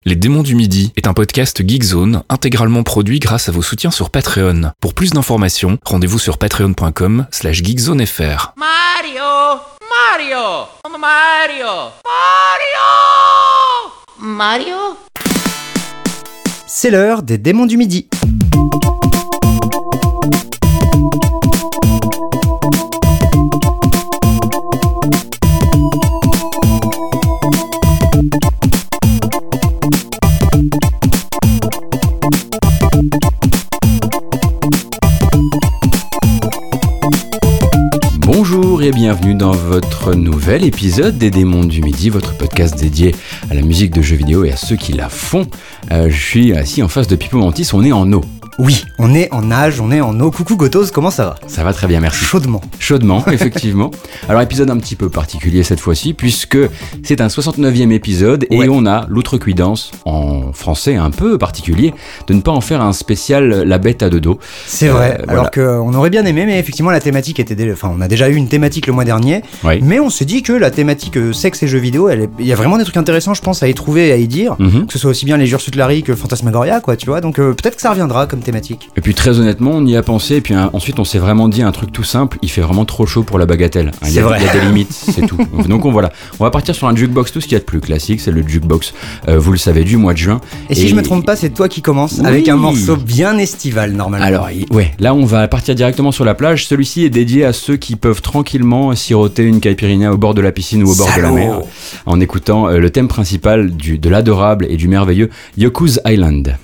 Les Démons du Midi est un podcast Geekzone intégralement produit grâce à vos soutiens sur Patreon. Pour plus d'informations, rendez-vous sur patreon.com/geekzonefr. Mario! Mario! Mario! Mario! Mario? C'est l'heure des Démons du Midi. Bonjour et bienvenue dans votre nouvel épisode des Démons du Midi, votre podcast dédié à la musique de jeux vidéo et à ceux qui la font. Je suis assis en face de Pipo Mantis, on est en eau. Oui, on est en nage, on est en eau. Coucou Gotos, comment ça va ? Ça va très bien, merci. Chaudement, effectivement. Alors épisode un petit peu particulier cette fois-ci, puisque c'est un 69e épisode et on a l'outrecuidance, en français un peu particulier, de ne pas en faire un spécial La Bête à deux dos. C'est vrai, alors qu'on aurait bien aimé, mais effectivement la thématique était déjà... Enfin, on a déjà eu une thématique le mois dernier, mais on s'est dit que la thématique sexe et jeux vidéo, il y a vraiment des trucs intéressants, je pense, à y trouver et à y dire, que ce soit aussi bien les Jursutlari que Fantasmagoria, quoi, tu vois, donc peut-être que ça reviendra comme thématique. Et puis très honnêtement, on y a pensé, et puis ensuite on s'est vraiment dit un truc tout simple, il fait vraiment trop chaud pour la bagatelle. Il y a des limites, c'est tout. Donc on va partir sur un jukebox, tout ce qu'il y a de plus classique, c'est le jukebox, vous le savez, du mois de juin. Et si je me trompe pas, c'est toi qui commences avec un morceau bien estival normalement. Alors là on va partir directement sur la plage, celui-ci est dédié à ceux qui peuvent tranquillement siroter une caipirinha au bord de la piscine ou au bord de la mer, en écoutant le thème principal de l'adorable et du merveilleux Yoku's Island.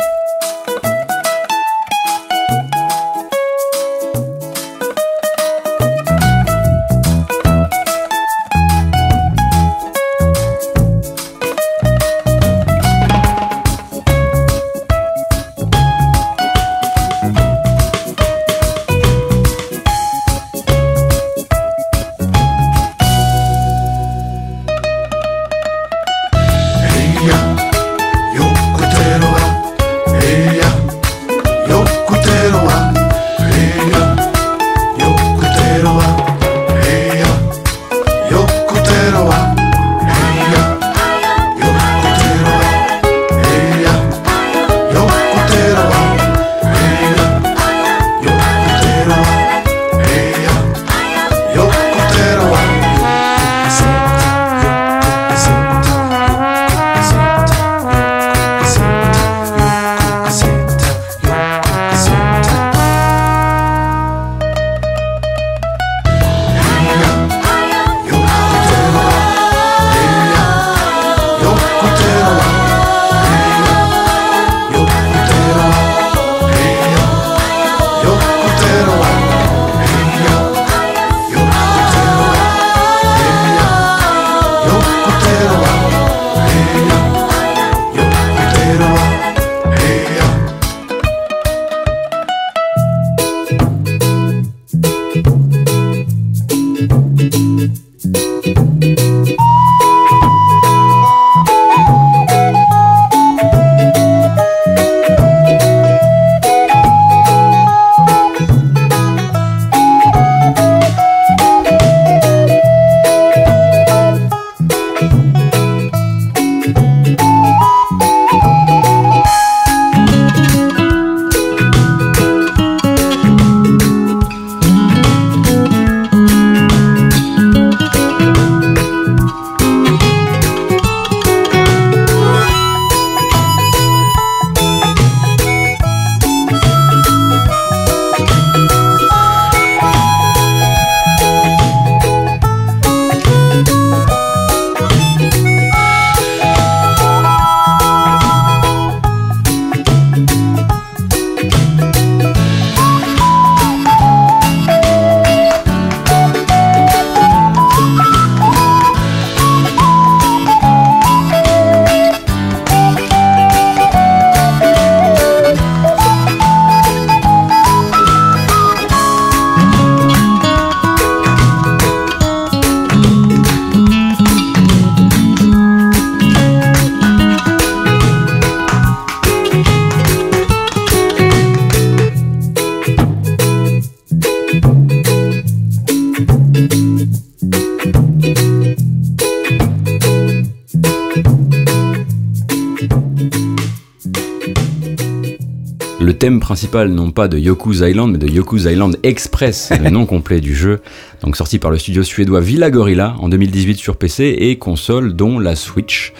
le thème principal, non pas de Yoku's Island, mais de Yoku's Island Express, c'est le nom complet du jeu. Donc sorti par le studio suédois Villa Gorilla en 2018 sur PC et console, dont la Switch.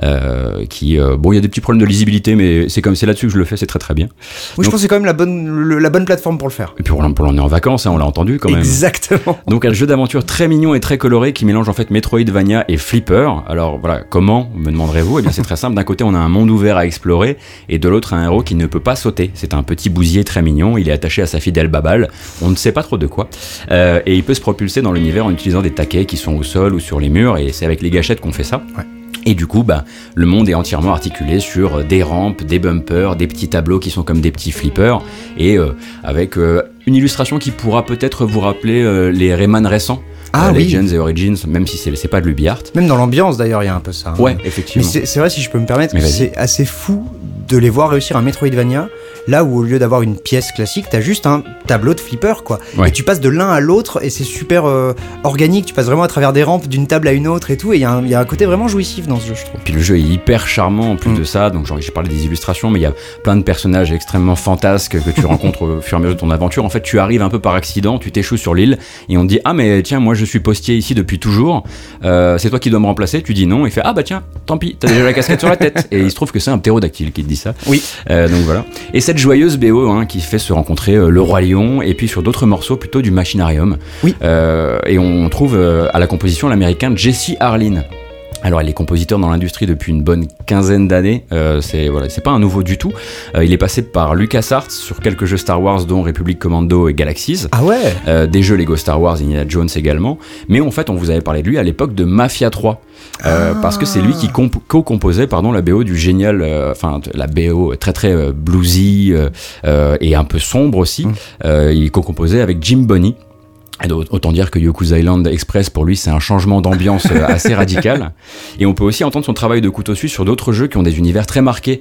Qui, bon, il y a des petits problèmes de lisibilité, mais c'est là-dessus que je le fais, c'est très très bien. Oui, donc, je pense que c'est quand même la bonne plateforme pour le faire. Et puis pour on est en vacances, hein, on l'a entendu quand même. Exactement. Donc un jeu d'aventure très mignon et très coloré qui mélange en fait Metroidvania et Flipper. Alors voilà, comment, me demanderez-vous? Eh bien c'est très simple, d'un côté on a un monde ouvert à explorer et de l'autre un héros qui ne peut pas sauter. C'est un petit bousier très mignon, il est attaché à sa fidèle Babal, on ne sait pas trop de quoi, et il peut se propulser dans l'univers en utilisant des taquets qui sont au sol ou sur les murs, et c'est avec les gâchettes qu'on fait ça. Ouais. Et du coup, le monde est entièrement articulé sur des rampes, des bumpers, des petits tableaux qui sont comme des petits flippers, et avec une illustration qui pourra peut-être vous rappeler les Rayman récents. Legends et Origins, même si c'est pas de l'UbiArt. Même dans l'ambiance d'ailleurs, il y a un peu ça. Ouais, effectivement. Mais c'est vrai, si je peux me permettre, c'est assez fou de les voir réussir un Metroidvania, là où au lieu d'avoir une pièce classique, t'as juste un tableau de flipper, quoi. Ouais. Et tu passes de l'un à l'autre et c'est super organique, tu passes vraiment à travers des rampes d'une table à une autre et tout, et il y a un côté vraiment jouissif dans ce jeu, je trouve. Et puis le jeu est hyper charmant en plus de ça, donc j'ai parlé des illustrations, mais il y a plein de personnages extrêmement fantasques que tu rencontres au fur et à mesure de ton aventure. En fait, tu arrives un peu par accident, tu t'échoues sur l'île et on te dit « Ah mais tiens, moi je suis postier ici depuis toujours, c'est toi qui dois me remplacer ?» Tu dis non, il fait « Ah bah tiens, tant pis, t'as déjà la casquette sur la tête !» Et il se trouve que c'est un ptérodactyle qui te dit ça. Oui. Donc voilà. Et cette joyeuse BO qui fait se rencontrer le Roi Lion et puis sur d'autres morceaux plutôt du Machinarium. Oui. Et on trouve à la composition l'américain Jesse Harlin. Alors, il est compositeur dans l'industrie depuis une bonne quinzaine d'années. C'est pas un nouveau du tout. Il est passé par LucasArts sur quelques jeux Star Wars, dont Republic Commando et Galaxies. Ah ouais. Des jeux Lego Star Wars, Indiana Jones également. Mais en fait, on vous avait parlé de lui à l'époque de Mafia 3. Parce que c'est lui qui co-composait la BO du génial, la BO très très bluesy et un peu sombre aussi. Il co-composait avec Jim Bonney. Autant dire que Yoku's Island Express, pour lui, c'est un changement d'ambiance assez radical. Et on peut aussi entendre son travail de couteau suisse sur d'autres jeux qui ont des univers très marqués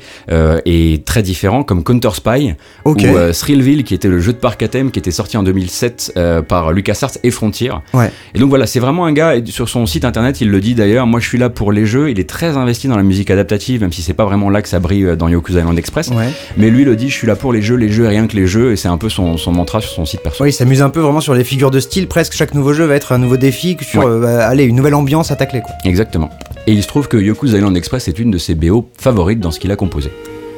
et très différents, comme Counter Spy ou Thrillville, qui était le jeu de parc à thème qui était sorti en 2007 par LucasArts et Frontier. Ouais. Et donc voilà, c'est vraiment un gars, et sur son site internet, il le dit d'ailleurs, moi je suis là pour les jeux, il est très investi dans la musique adaptative, même si c'est pas vraiment là que ça brille dans Yoku's Island Express. Ouais. Mais lui le dit, je suis là pour les jeux et rien que les jeux, et c'est un peu son mantra sur son site perso. Oui, il s'amuse un peu vraiment sur les figures de style. Presque chaque nouveau jeu va être un nouveau défi sur une nouvelle ambiance à tacler, quoi. Exactement. Et il se trouve que Yoku's Island Express est une de ses BO favorites dans ce qu'il a composé.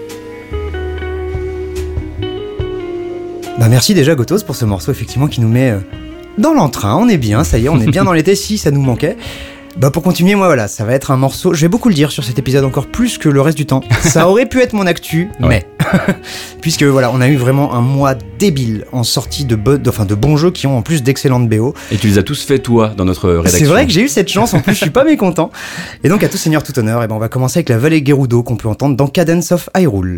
Merci déjà Gotos pour ce morceau effectivement qui nous met dans l'entrain. On est bien, ça y est, on est bien dans l'été, si ça nous manquait. Pour continuer, moi voilà, ça va être un morceau, je vais beaucoup le dire sur cet épisode encore plus que le reste du temps. Ça aurait pu être mon actu, mais puisque voilà, on a eu vraiment un mois débile en sortie de bons jeux qui ont en plus d'excellentes BO. Et tu les as tous fait toi dans notre rédaction. C'est vrai que j'ai eu cette chance, en plus je suis pas mécontent. Et donc à tout seigneur tout honneur, on va commencer avec la vallée Gerudo qu'on peut entendre dans Cadence of Hyrule.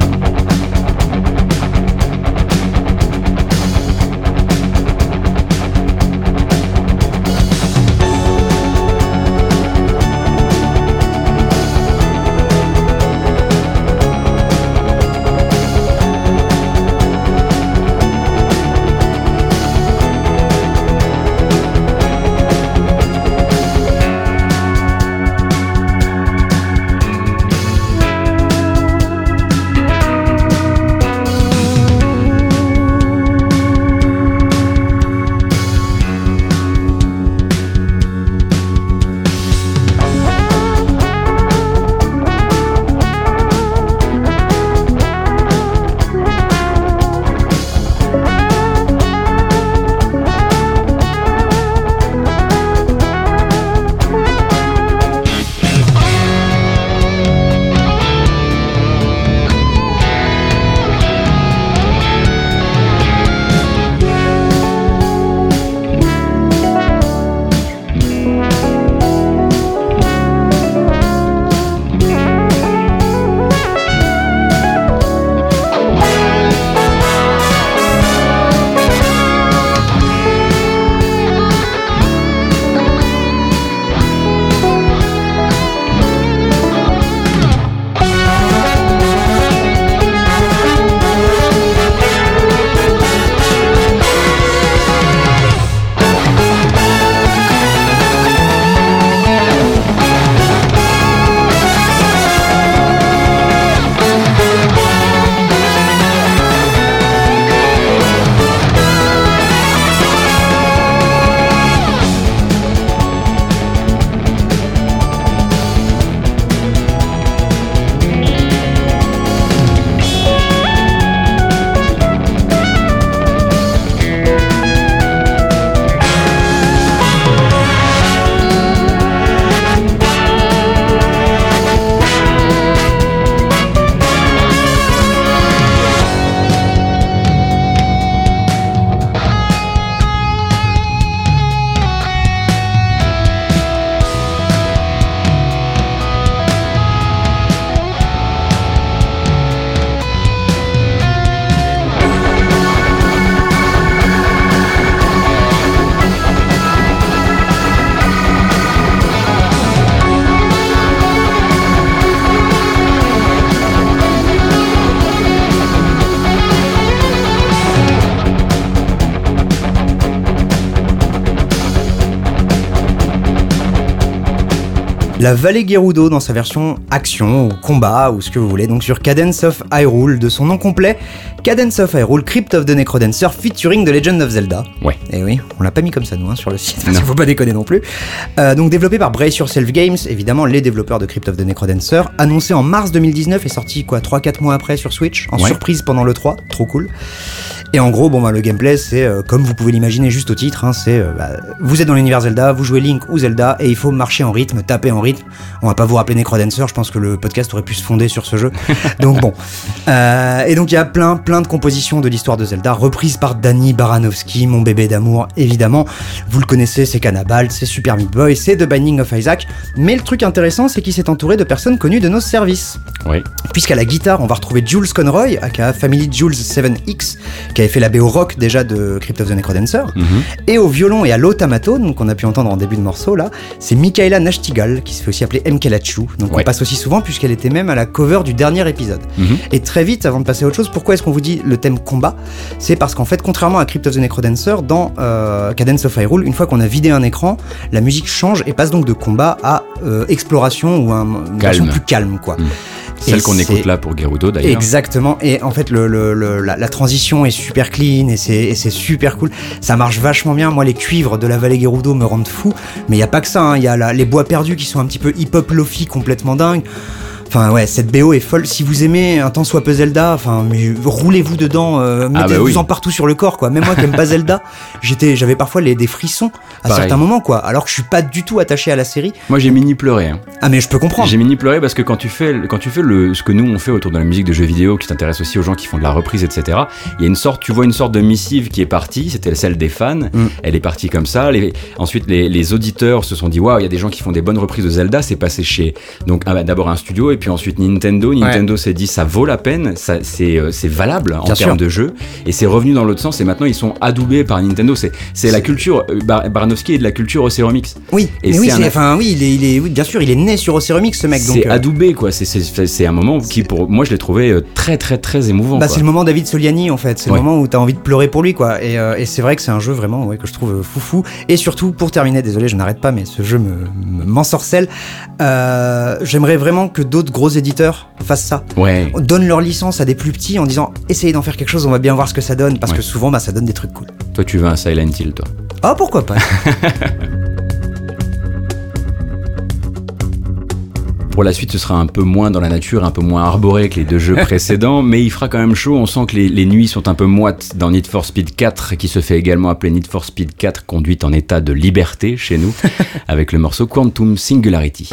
la vallée Gerudo dans sa version action ou combat ou ce que vous voulez, donc sur Cadence of Hyrule, de son nom complet, Cadence of Hyrule, Crypt of the Necrodancer featuring The Legend of Zelda. Ouais. Et oui, on l'a pas mis comme ça nous sur le site, parce qu'il faut pas déconner non plus. Donc développé par Brace Yourself Games, évidemment les développeurs de Crypt of the Necrodancer, annoncé en mars 2019 et sorti 3-4 mois après sur Switch, en surprise pendant l'E3, trop cool. Et en gros, le gameplay, c'est comme vous pouvez l'imaginer juste au titre, vous êtes dans l'univers Zelda, vous jouez Link ou Zelda, et il faut marcher en rythme, taper en rythme. On va pas vous rappeler Necrodancer, je pense que le podcast aurait pu se fonder sur ce jeu. Donc bon. Et donc il y a plein de compositions de l'histoire de Zelda, reprises par Danny Baranowski, mon bébé d'amour, évidemment. Vous le connaissez, c'est Cannibal, c'est Super Meat Boy, c'est The Binding of Isaac. Mais le truc intéressant, c'est qu'il s'est entouré de personnes connues de nos services. Oui. Puisqu'à la guitare, on va retrouver Jules Conroy, aka Family Jules 7X, qui avait fait la BO rock déjà de Crypt of the Necrodancer. Et au violon et à l'automatone, qu'on a pu entendre en début de morceau là, c'est Michaela Nachtigal, qui se fait aussi appeler MK Lachu, donc on passe aussi souvent puisqu'elle était même à la cover du dernier épisode. Et très vite, avant de passer à autre chose, pourquoi est-ce qu'on vous dit le thème combat ? C'est parce qu'en fait, contrairement à Crypt of the Necrodancer, dans Cadence of Hyrule, une fois qu'on a vidé un écran, la musique change et passe donc de combat à exploration ou une version plus calme, quoi. Celle qu'on écoute là pour Gerudo d'ailleurs. Exactement, et en fait la transition est super clean et c'est super cool, ça marche vachement bien. Moi les cuivres de la vallée Gerudo me rendent fou, mais il n'y a pas que ça, il y a les bois perdus qui sont un petit peu hip-hop lofi complètement dingue. Enfin ouais, cette BO est folle. Si vous aimez un tant soit peu Zelda, mais roulez-vous dedans, mettez-vous en partout sur le corps, quoi. Même moi qui aime pas Zelda, j'avais parfois des frissons à certains moments, quoi. Alors que je suis pas du tout attaché à la série. Moi j'ai mini pleuré. Ah mais je peux comprendre. J'ai mini pleuré parce que quand tu fais ce que nous on fait autour de la musique de jeux vidéo, qui t'intéresse aussi aux gens qui font de la reprise, etc. Il y a tu vois une sorte de missive qui est partie. C'était celle des fans. Elle est partie comme ça. Ensuite les auditeurs se sont dit waouh, il y a des gens qui font des bonnes reprises de Zelda. C'est passé chez d'abord un studio et puis ensuite Nintendo s'est dit ça vaut la peine, c'est valable en termes de jeu, et c'est revenu dans l'autre sens, et maintenant ils sont adoubés par Nintendo. C'est la culture Baranowski est de la culture Océremix. Oui, et mais bien sûr, il est né sur Océremix, ce mec. C'est adoubé, quoi. C'est un moment qui pour moi je l'ai trouvé très très très émouvant. C'est le moment David Soliani en fait. C'est le moment où t'as envie de pleurer pour lui, quoi. Et c'est vrai que c'est un jeu vraiment que je trouve foufou. Et surtout pour terminer, désolé, je n'arrête pas, mais ce jeu m'ensorcelle. J'aimerais vraiment que d'autres gros éditeurs fassent ça. Donnent leur licence à des plus petits en disant essayez d'en faire quelque chose, on va bien voir ce que ça donne, parce que souvent ça donne des trucs cool. Toi tu veux un Silent Hill, toi? Ah pourquoi pas. Pour la suite, ce sera un peu moins dans la nature, un peu moins arboré que les deux jeux précédents, mais il fera quand même chaud. On sent que les nuits sont un peu moites dans Need for Speed 4, qui se fait également appeler Need for Speed 4, conduite en état de liberté chez nous, avec le morceau Quantum Singularity.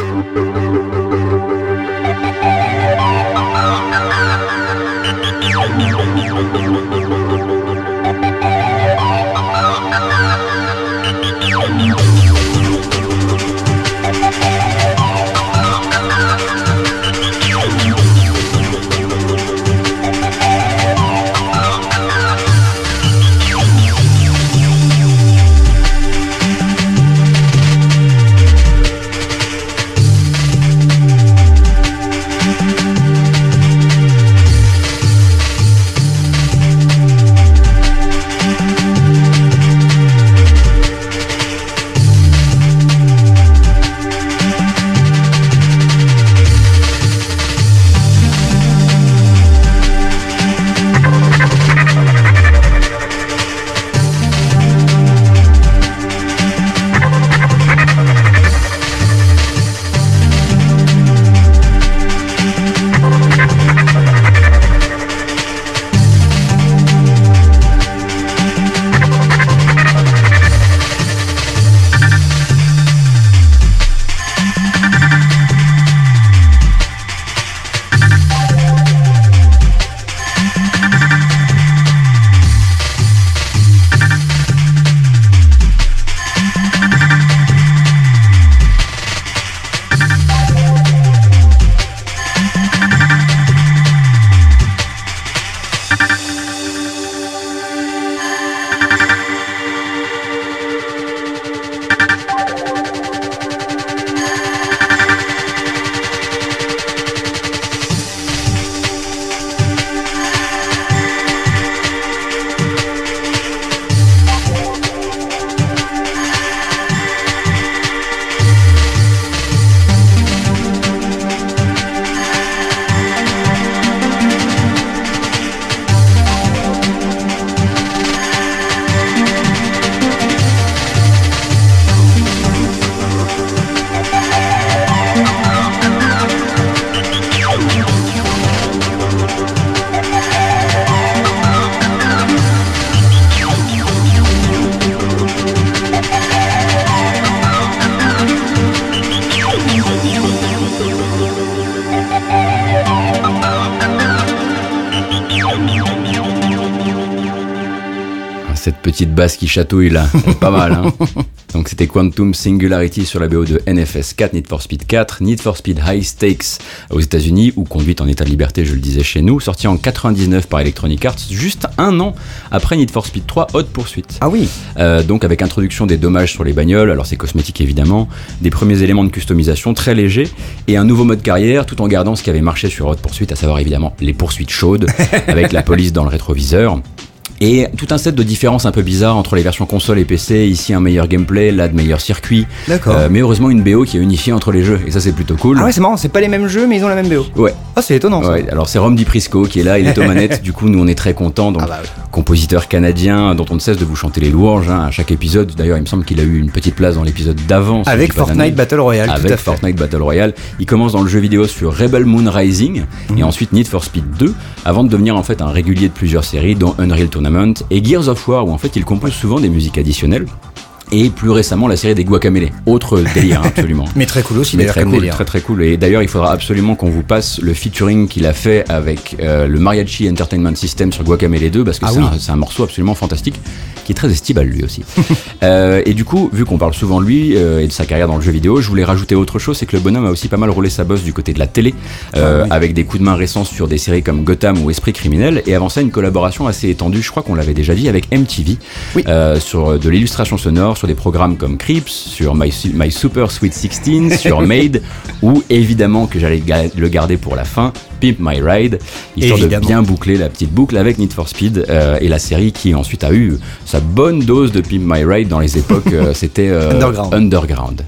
cette petite basse qui chatouille là, c'est pas mal hein. Donc c'était Quantum Singularity sur la BO de NFS 4, Need for Speed 4, Need for Speed High Stakes aux États-Unis ou Conduite en état de liberté, je le disais chez nous, sorti en 99 par Electronic Arts, juste un an après Need for Speed 3 Hot Pursuit. Ah oui. Donc avec introduction des dommages sur les bagnoles, alors c'est cosmétique évidemment, des premiers éléments de customisation très légers et un nouveau mode carrière tout en gardant ce qui avait marché sur Hot Pursuit, à savoir évidemment les poursuites chaudes avec la police dans le rétroviseur. Et tout un set de différences un peu bizarres entre les versions console et PC, ici un meilleur gameplay, là de meilleurs circuits. D'accord. Mais heureusement une BO qui est unifiée entre les jeux, et ça c'est plutôt cool. Ah ouais, c'est marrant, c'est pas les mêmes jeux, mais ils ont la même BO. Ouais. Ah, c'est étonnant ça. Ouais, alors c'est Rom Di Prisco qui est là, il est aux manettes, du coup nous on est très contents. Donc, compositeur canadien dont on ne cesse de vous chanter les louanges hein, à chaque épisode. D'ailleurs il me semble qu'il a eu une petite place dans l'épisode d'avant. Avec Fortnite Battle Royale, tout à fait. Avec Fortnite Battle Royale. Il commence dans le jeu vidéo sur Rebel Moon Rising et ensuite Need for Speed 2 avant de devenir en fait un régulier de plusieurs séries dont Unreal Tournament et Gears of War où en fait il compose souvent des musiques additionnelles. Et plus récemment la série des Guacamelee, autre délire absolument. Mais très cool aussi, mais très cool, très très cool. Et d'ailleurs il faudra absolument qu'on vous passe le featuring qu'il a fait avec le Mariachi Entertainment System sur Guacamelee 2 parce que c'est un morceau absolument fantastique qui est très estival lui aussi. Et du coup, vu qu'on parle souvent de lui et de sa carrière dans le jeu vidéo, je voulais rajouter autre chose, c'est que le bonhomme a aussi pas mal roulé sa bosse du côté de la télé, avec des coups de main récents sur des séries comme Gotham ou Esprit criminel, et avant ça une collaboration assez étendue, je crois qu'on l'avait déjà dit, avec MTV, sur de l'illustration sonore, sur des programmes comme Creeps, sur My Super Sweet 16, sur Made, ou évidemment que j'allais le garder pour la fin, Pimp My Ride, histoire de bien boucler la petite boucle avec Need for Speed et la série qui ensuite a eu sa bonne dose de Pimp My Ride dans les époques, c'était Underground.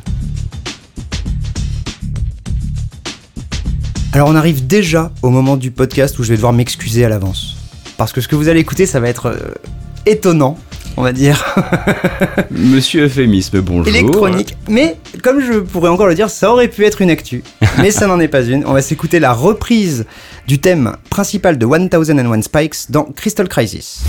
Alors on arrive déjà au moment du podcast où je vais devoir m'excuser à l'avance. Parce que ce que vous allez écouter, ça va être étonnant, on va dire. Monsieur Euphémisme, bonjour. Électronique. Mais comme je pourrais encore le dire, ça aurait pu être une actu. Mais ça n'en est pas une. On va s'écouter la reprise du thème principal de 1001 Spikes dans Crystal Crisis.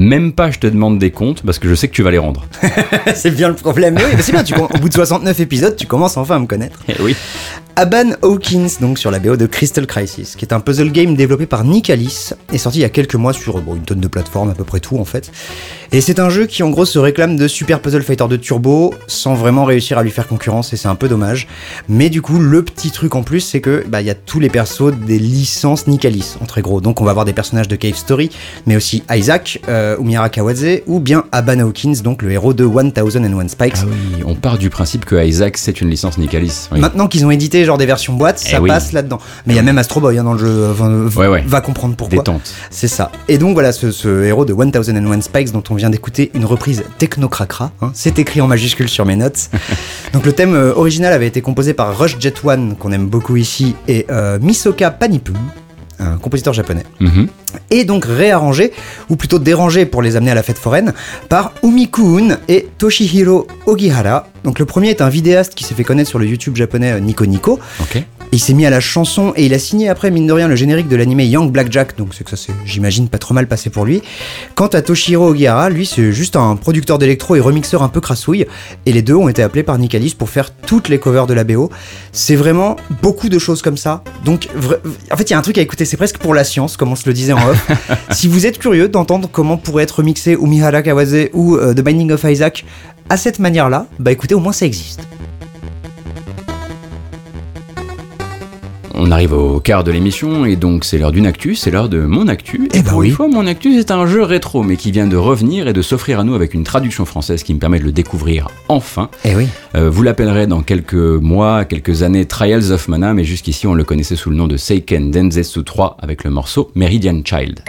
même pas je te demande des comptes parce que je sais que tu vas les rendre. C'est bien le problème. Mais oui, mais c'est bien, au bout de 69 épisodes, tu commences enfin à me connaître. Oui. Aban Hawkins, donc sur la BO de Crystal Crisis, qui est un puzzle game développé par Nicalis, est sorti il y a quelques mois sur une tonne de plateformes, à peu près tout en fait. Et c'est un jeu qui en gros se réclame de Super Puzzle Fighter 2 Turbo sans vraiment réussir à lui faire concurrence, et c'est un peu dommage. Mais du coup, le petit truc en plus, c'est que y a tous les persos des licences Nicalis, en très gros. Donc on va avoir des personnages de Cave Story, mais aussi Isaac, Umihara Kawaze, ou bien Aban Hawkins, donc le héros de 1001 Spikes. Ah oui, on part du principe que Isaac c'est une licence Nicalis. Oui. Maintenant qu'ils ont édité genre des versions boîte, ça passe là-dedans. Mais il y a même Astro Boy dans le jeu, va comprendre pourquoi. Détente. C'est ça. Et donc voilà, ce héros de 1001 Spikes dont on vient d'écouter une reprise techno-cracra, c'est écrit en majuscule sur mes notes. Donc le thème original avait été composé par Rush Jet One, qu'on aime beaucoup ici, et Misoka Panipun, un compositeur japonais. Et donc réarrangé, ou plutôt dérangé pour les amener à la fête foraine, par Umi-kun et Toshihiro Ogihara. Donc le premier est un vidéaste qui s'est fait connaître sur le YouTube japonais Nico Nico. Ok. Il s'est mis à la chanson et il a signé après, mine de rien, le générique de l'anime Young Blackjack, donc c'est que ça c'est, j'imagine, pas trop mal passé pour lui. Quant à Toshihiro Ogihara, lui c'est juste un producteur d'électro et remixeur un peu crassouille, et les deux ont été appelés par Nicalis pour faire toutes les covers de la BO. C'est vraiment beaucoup de choses comme ça, donc en fait il y a un truc à écouter, c'est presque pour la science, comme on se le disait en off. Si vous êtes curieux d'entendre comment pourrait être remixé Umihara Kawaze ou The Binding of Isaac à cette manière-là, écoutez, au moins ça existe. On arrive au quart de l'émission et donc c'est l'heure d'une actu, c'est l'heure de mon actu. Et pour une fois, mon actu c'est un jeu rétro mais qui vient de revenir et de s'offrir à nous avec une traduction française qui me permet de le découvrir enfin. Vous l'appellerez dans quelques mois, quelques années Trials of Mana, mais jusqu'ici on le connaissait sous le nom de Seiken Densetsu 3 avec le morceau Meridian Child.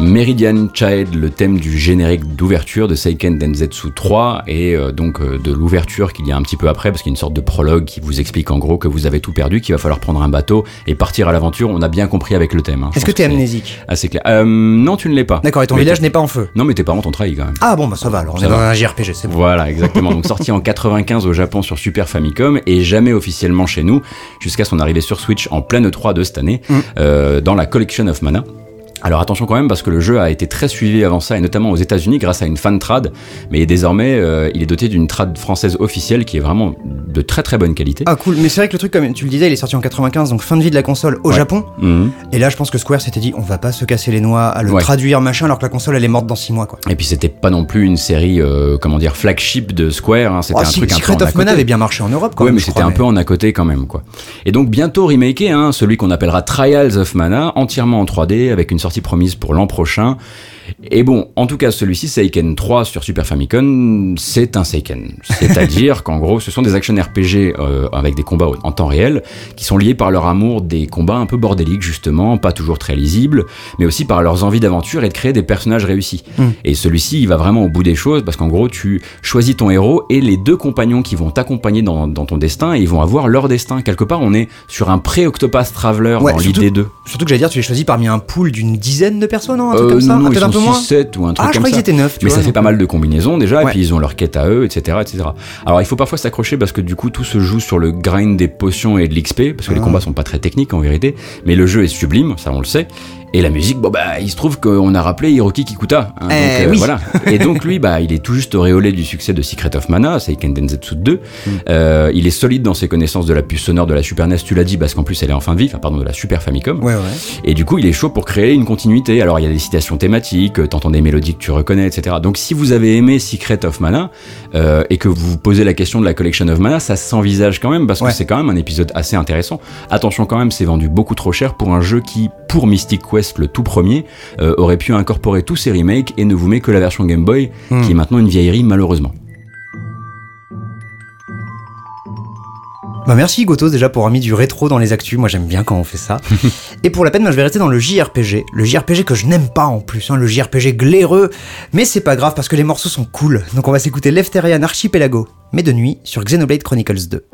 Meridian Child, le thème du générique d'ouverture de Seiken Densetsu 3 et donc de l'ouverture qu'il y a un petit peu après, parce qu'il y a une sorte de prologue qui vous explique en gros que vous avez tout perdu, qu'il va falloir prendre un bateau et partir à l'aventure. On a bien compris avec le thème. Est-ce que t'es amnésique? Assez clair. Non, tu ne l'es pas. D'accord, et ton village n'est pas en feu? Non, mais tes parents t'ont trahi quand même. Ah bon, bah ça va, alors on est dans un JRPG, c'est bon. Voilà, exactement. Donc sorti en 95 au Japon sur Super Famicom et jamais officiellement chez nous, jusqu'à son arrivée sur Switch en pleine E3 de cette année, dans la Collection of Mana. Alors attention quand même parce que le jeu a été très suivi avant ça et notamment aux États-Unis grâce à une fan trad, mais désormais il est doté d'une trad française officielle qui est vraiment de très très bonne qualité. Ah cool, mais c'est vrai que le truc comme tu le disais, il est sorti en 95 donc fin de vie de la console au Japon. Et là je pense que Square s'était dit on va pas se casser les noix à le traduire machin alors que la console elle est morte dans 6 mois quoi. Et puis c'était pas non plus une série comment dire flagship de Square, hein. C'était un truc un peu Secret of Mana avait bien marché en Europe quand même. Ouais, mais c'était un peu en à côté quand même quoi. Et donc bientôt remaké, hein, celui qu'on appellera Trials of Mana, entièrement en 3D avec une sortie promise pour l'an prochain. Et bon, en tout cas, celui-ci, Seiken 3 sur Super Famicom, c'est un Seiken. C'est-à-dire qu'en gros, ce sont des action RPG avec des combats en temps réel qui sont liés par leur amour des combats un peu bordéliques, justement, pas toujours très lisibles, mais aussi par leurs envies d'aventure et de créer des personnages réussis. Et celui-ci, il va vraiment au bout des choses parce qu'en gros, tu choisis ton héros et les deux compagnons qui vont t'accompagner dans ton destin, et ils vont avoir leur destin. Quelque part, on est sur un pré-Octopath Traveler dans l'idée 2. Surtout que j'allais dire, tu les choisis parmi un pool d'une dizaine de personnes, non, un truc comme ça. Non, ils sont 6-7 ou un truc comme ça. Je croyais qu'ils étaient 9. Mais ça fait pas mal de combinaisons déjà, et puis ils ont leur quête à eux, etc., etc. Alors il faut parfois s'accrocher parce que du coup tout se joue sur le grind des potions et de l'XP, parce que les combats sont pas très techniques en vérité, mais le jeu est sublime, ça on le sait. Et la musique, bon bah il se trouve qu'on a rappelé Hiroki Kikuta, hein, donc oui. voilà. Et donc lui, bah il est tout juste auréolé du succès de Secret of Mana, Seiken Densetsu 2. Il est solide dans ses connaissances de la puce sonore de la Super NES, tu l'as dit, parce qu'en plus elle est en fin de vie, de la Super Famicom. Et du coup il est chaud pour créer une continuité. Alors il y a des citations thématiques, t'entends des mélodies que tu reconnais, etc. Donc si vous avez aimé Secret of Mana et que vous vous posez la question de la Collection of Mana, ça s'envisage quand même parce que c'est quand même un épisode assez intéressant. Attention quand même, c'est vendu beaucoup trop cher pour un jeu qui, pour Mystic Quest le tout premier, aurait pu incorporer tous ces remakes et ne vous met que la version Game Boy qui est maintenant une vieillerie malheureusement. Bah merci Gotos déjà pour avoir mis du rétro dans les actus, moi j'aime bien quand on fait ça. Et pour la peine, je vais rester dans le JRPG que je n'aime pas en plus, hein, le JRPG glaireux, mais c'est pas grave parce que les morceaux sont cool. Donc on va s'écouter Lefterian Archipelago, mais de nuit sur Xenoblade Chronicles 2.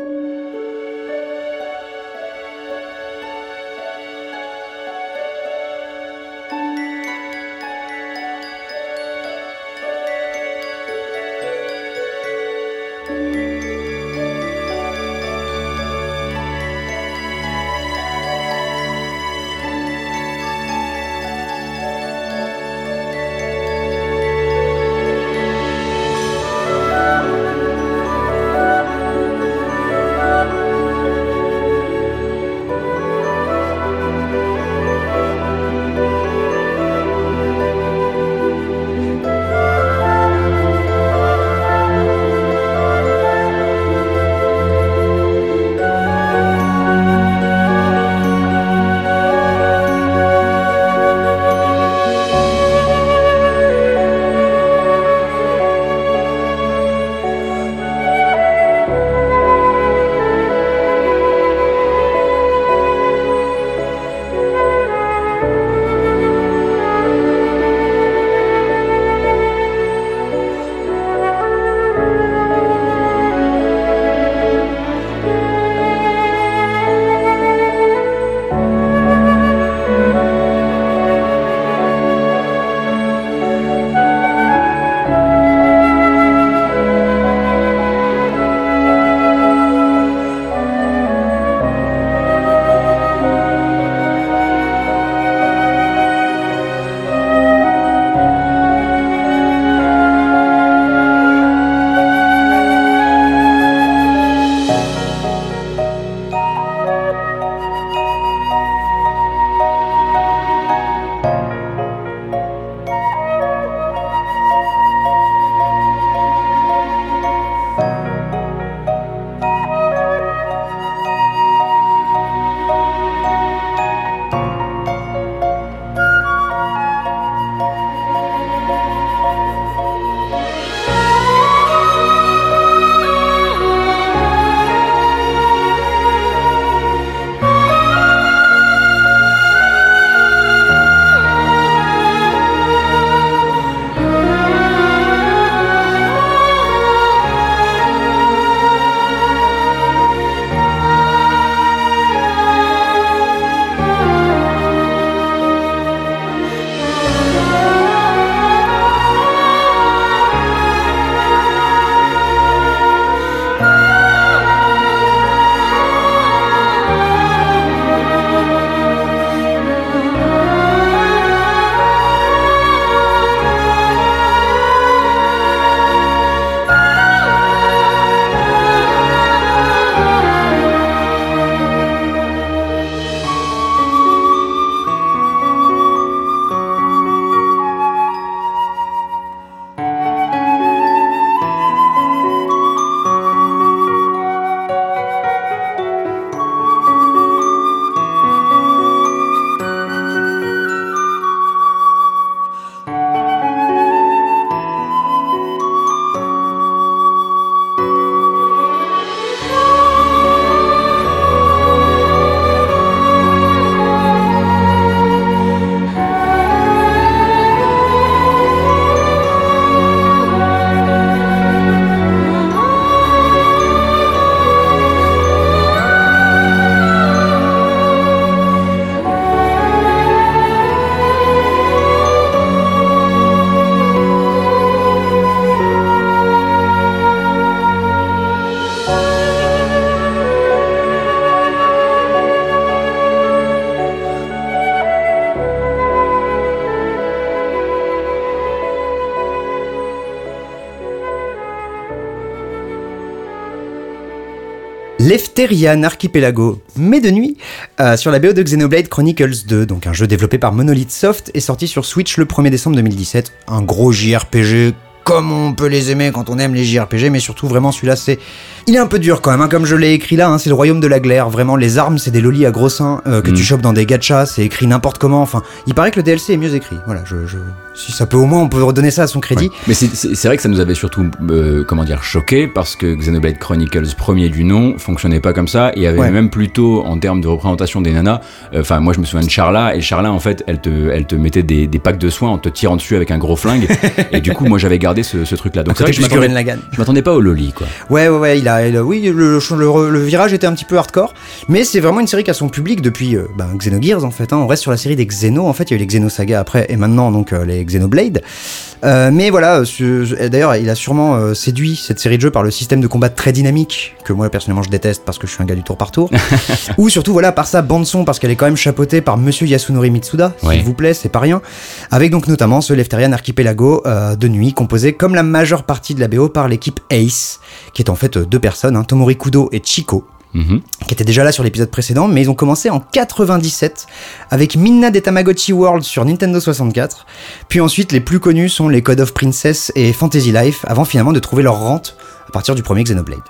Lefterian Archipelago, mais de nuit, sur la BO de Xenoblade Chronicles 2, donc un jeu développé par Monolith Soft et sorti sur Switch le 1er décembre 2017. Un gros JRPG comme on peut les aimer quand on aime les JRPG, mais surtout vraiment celui-là il est un peu dur quand même, comme je l'ai écrit là, c'est le royaume de la glaire, vraiment les armes c'est des lolis à gros seins que tu chopes dans des gachas, c'est écrit n'importe comment, enfin il paraît que le DLC est mieux écrit, voilà, si ça peut au moins on peut redonner ça à son crédit. Ouais. Mais c'est vrai que ça nous avait surtout choqué parce que Xenoblade Chronicles premier du nom fonctionnait pas comme ça et avait même plutôt en termes de représentation des nanas, moi je me souviens de Charla et Charla en fait elle te mettait des packs de soins en te tirant dessus avec un gros flingue et du coup moi j'avais gardé ce truc là, donc c'est vrai que je m'attendais pas au loli quoi. Ouais le virage était un petit peu hardcore, mais c'est vraiment une série qui a son public depuis Xenogears en fait, on reste sur la série des Xeno, en fait il y a eu les Xenosaga après et maintenant donc les Xenoblade, mais voilà, d'ailleurs il a sûrement séduit cette série de jeux par le système de combat très dynamique que moi personnellement je déteste parce que je suis un gars du tour par tour ou surtout voilà par sa bande son parce qu'elle est quand même chapeautée par monsieur Yasunori Mitsuda, s'il vous plaît, c'est pas rien, avec donc notamment ce Lefterian Archipelago de nuit composé comme la majeure partie de la BO par l'équipe Ace, qui est en fait deux personnes, Tomori Kudo et Chico, qui étaient déjà là sur l'épisode précédent, mais ils ont commencé en 97 avec Minna des Tamagotchi World sur Nintendo 64, puis ensuite les plus connus sont les Code of Princess et Fantasy Life, avant finalement de trouver leur rente à partir du premier Xenoblade.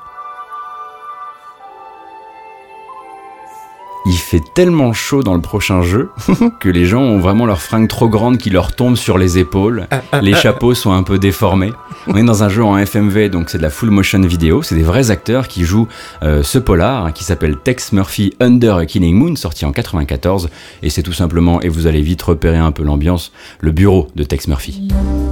Il fait tellement chaud dans le prochain jeu que les gens ont vraiment leurs fringues trop grandes qui leur tombent sur les épaules. Les chapeaux sont un peu déformés. On est dans un jeu en FMV, donc c'est de la full motion vidéo. C'est des vrais acteurs qui jouent ce polar qui s'appelle Tex Murphy Under a Killing Moon, sorti en 94. Et c'est tout simplement, et vous allez vite repérer un peu l'ambiance, le bureau de Tex Murphy.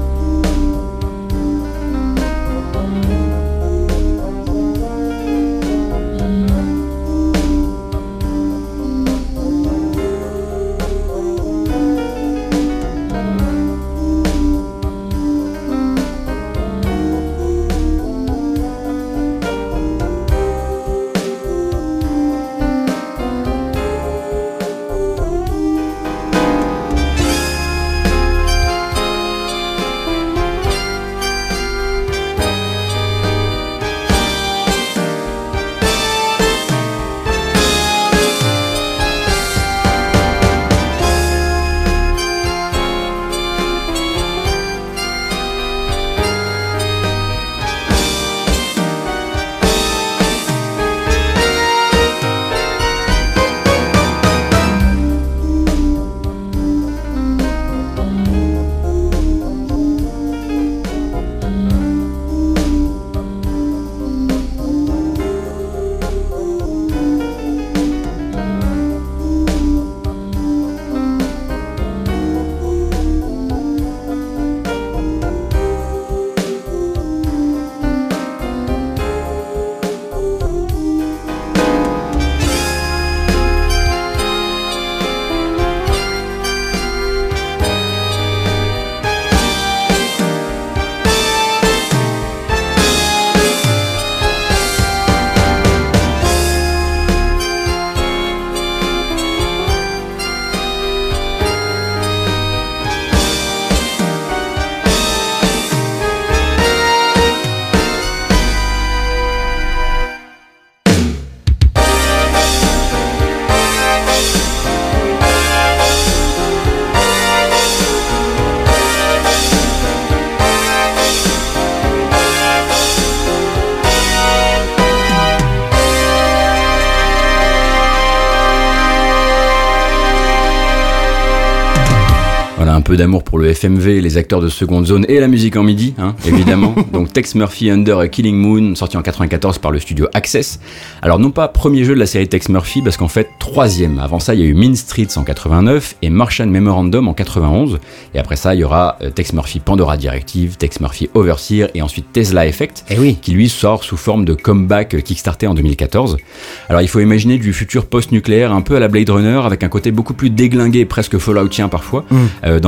Un peu d'amour pour le FMV, les acteurs de seconde zone et la musique en MIDI, évidemment. Donc Tex Murphy Under a Killing Moon, sorti en 94 par le studio Access. Alors non pas premier jeu de la série Tex Murphy, parce qu'en fait troisième. Avant ça, il y a eu Mean Streets en 89 et Martian Memorandum en 91. Et après ça, il y aura Tex Murphy Pandora Directive, Tex Murphy Overseer et ensuite Tesla Effect, qui lui sort sous forme de comeback kickstarté en 2014. Alors il faut imaginer du futur post-nucléaire un peu à la Blade Runner, avec un côté beaucoup plus déglingué, presque falloutien parfois, dans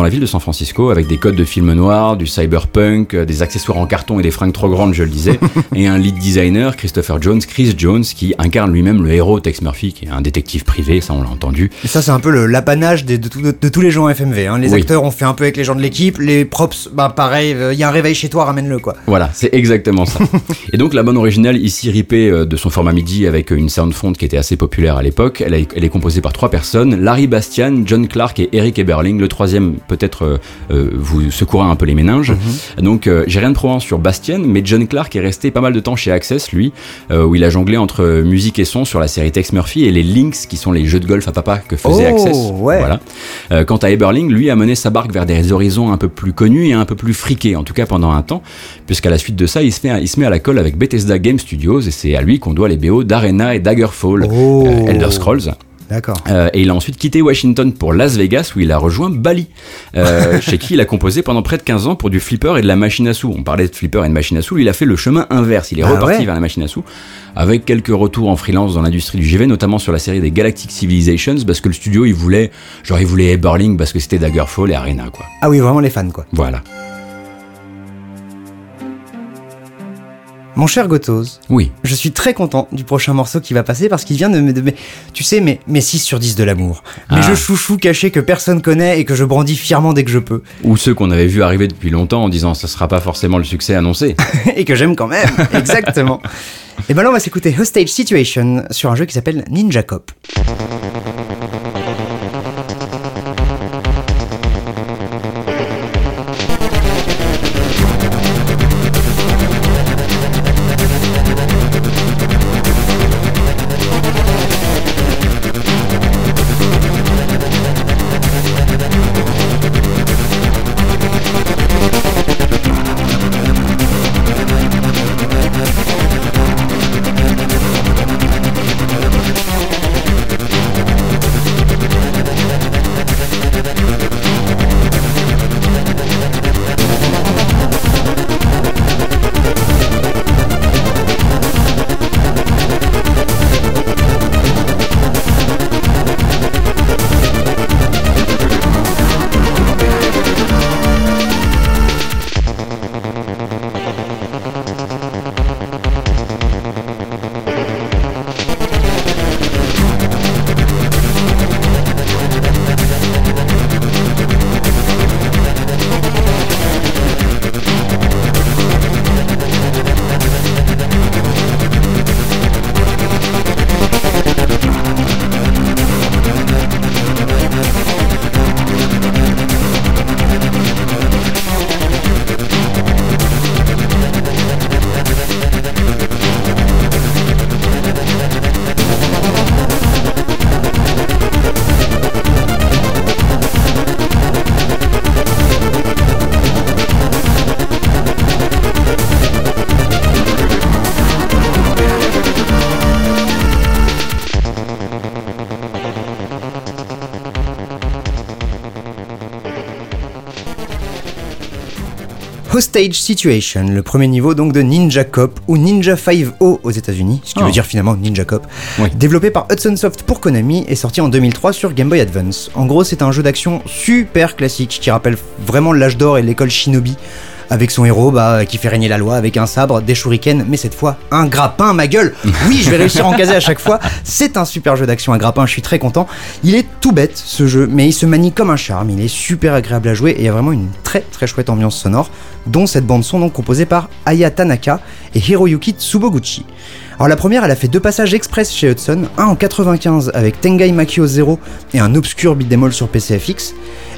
la ville de San Francisco avec des codes de films noirs, du cyberpunk, des accessoires en carton et des fringues trop grandes, je le disais, et un lead designer, Chris Jones, qui incarne lui-même le héros Tex Murphy, qui est un détective privé, ça on l'a entendu. Et ça c'est un peu l'apanage de tous les gens en FMV, hein. Les acteurs ont fait un peu avec les gens de l'équipe, les props, bah pareil, il y a un réveil chez toi, ramène-le quoi. Voilà, c'est exactement ça. Et donc la bande originale, ici ripée de son format MIDI avec une sound font qui était assez populaire à l'époque, elle est composée par 3 personnes, Larry Bastian, John Clark et Eric Eberling. Le troisième peut-être vous secourra un peu les méninges. Donc j'ai rien de probant sur Bastian, mais John Clark est resté pas mal de temps chez Access, lui, où il a jonglé entre musique et son sur la série Tex Murphy et les Lynx, qui sont les jeux de golf à papa que faisait Access. Ouais. Voilà. Quant à Eberling, lui a mené sa barque vers des horizons un peu plus connus et un peu plus friqués, en tout cas pendant un temps, puisqu'à la suite de ça, il se met à la colle avec Bethesda Game Studios, et c'est à lui qu'on doit les BO d'Arena et Daggerfall, Elder Scrolls. D'accord. Et il a ensuite quitté Washington pour Las Vegas, où il a rejoint Bally, chez qui il a composé pendant près de 15 ans pour du flipper et de la machine à sous. On parlait de flipper et de machine à sous, lui il a fait le chemin inverse, il est reparti vers la machine à sous, avec quelques retours en freelance dans l'industrie du JV, notamment sur la série des Galactic Civilizations, parce que le studio il voulait Eberling parce que c'était Daggerfall et Arena, quoi. Ah oui, vraiment les fans, quoi. Voilà. Mon cher Gotos, oui. Je suis très content du prochain morceau qui va passer parce qu'il vient tu sais, mes 6 sur 10 de l'amour. Mes jeux chouchous cachés que personne connaît et que je brandis fièrement dès que je peux. Ou ceux qu'on avait vus arriver depuis longtemps en disant ça sera pas forcément le succès annoncé. Et que j'aime quand même, exactement. Et ben là on va s'écouter Hostage Situation sur un jeu qui s'appelle Ninja Cop. Hostage Situation, le premier niveau donc de Ninja Cop ou Ninja 5-0 aux États-Unis, ce qui veut dire finalement Ninja Cop, développé par Hudson Soft pour Konami et sorti en 2003 sur Game Boy Advance. En gros, c'est un jeu d'action super classique qui rappelle vraiment l'âge d'or et l'école Shinobi, avec son héros qui fait régner la loi avec un sabre, des shurikens, mais cette fois un grappin, ma gueule. Oui, je vais réussir à en caser à chaque fois. C'est un super jeu d'action à grappin, je suis très content. Il est tout bête ce jeu, mais il se manie comme un charme, il est super agréable à jouer et il y a vraiment une très très chouette ambiance sonore, dont cette bande son donc composée par Aya Tanaka et Hiroyuki Tsuboguchi. Alors la première, elle a fait 2 passages express chez Hudson, un en 95 avec Tengai Makio Zero et un obscur beat'em all sur PCFX,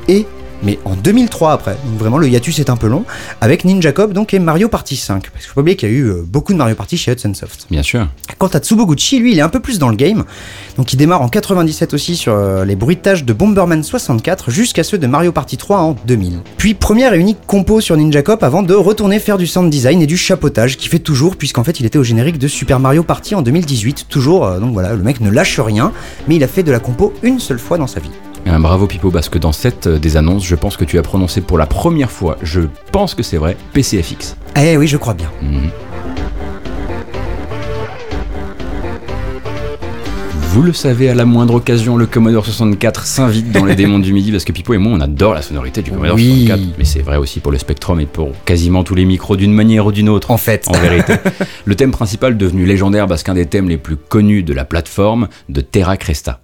mais en 2003 après, donc vraiment le hiatus est un peu long, avec Ninja Cop donc et Mario Party 5, parce qu'il faut pas oublier qu'il y a eu beaucoup de Mario Party chez Hudson Soft. Bien sûr. Quant à Tsuboguchi, lui il est un peu plus dans le game, donc il démarre en 97 aussi sur les bruitages de Bomberman 64 jusqu'à ceux de Mario Party 3 en 2000. Puis première et unique compo sur Ninja Cop avant de retourner faire du sound design et du chapeautage, qui fait toujours, puisqu'en fait il était au générique de Super Mario Party en 2018, toujours, donc voilà, le mec ne lâche rien, mais il a fait de la compo une seule fois dans sa vie. Bravo Pipo, parce que dans cette des annonces, je pense que tu as prononcé pour la première fois, je pense que c'est vrai, PCFX. Eh oui, je crois bien. vous le savez, à la moindre occasion, le Commodore 64 s'invite dans les démons du midi, parce que Pipo et moi, on adore la sonorité du Commodore 64, mais c'est vrai aussi pour le Spectrum et pour quasiment tous les micros d'une manière ou d'une autre. En fait. En vérité. Le thème principal devenu légendaire parce qu'un des thèmes les plus connus de la plateforme de Terra Cresta.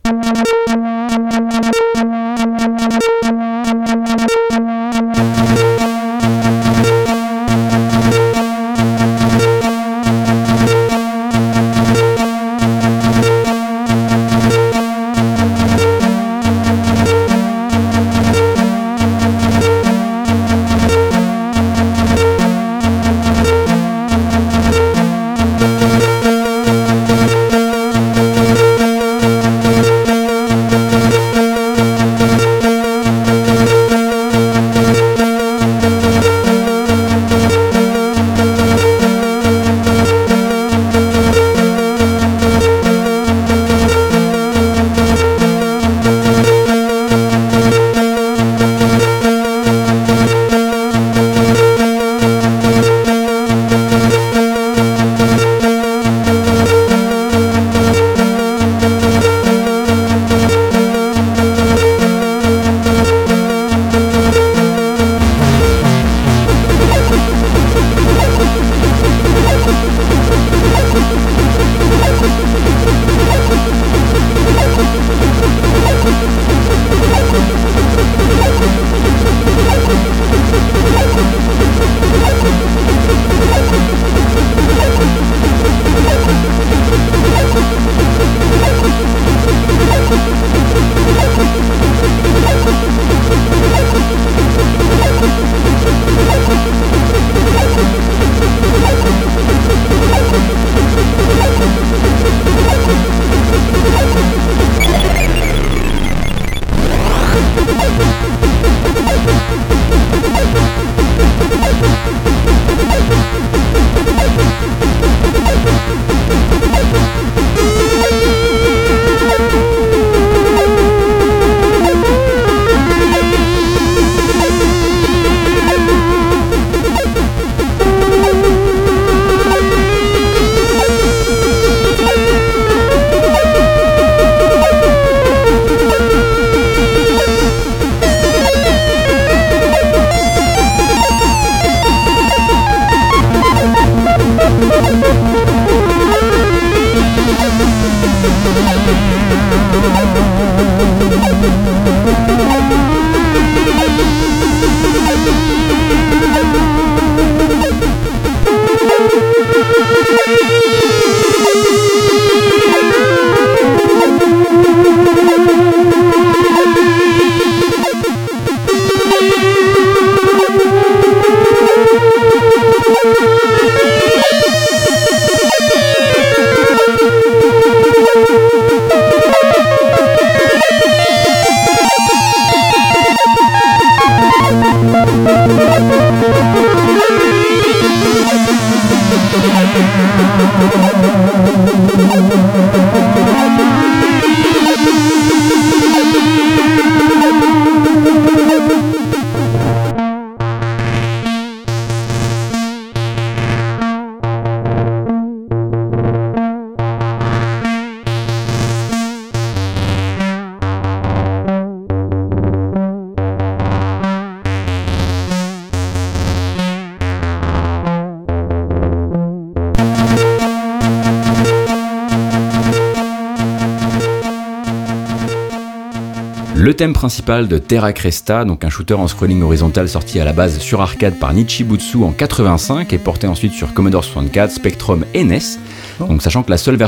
Le thème principal de Terra Cresta, donc un shooter en scrolling horizontal sorti à la base sur arcade par Nichibutsu en 85 et porté ensuite sur Commodore 64, Spectrum et NES. Donc sachant que seule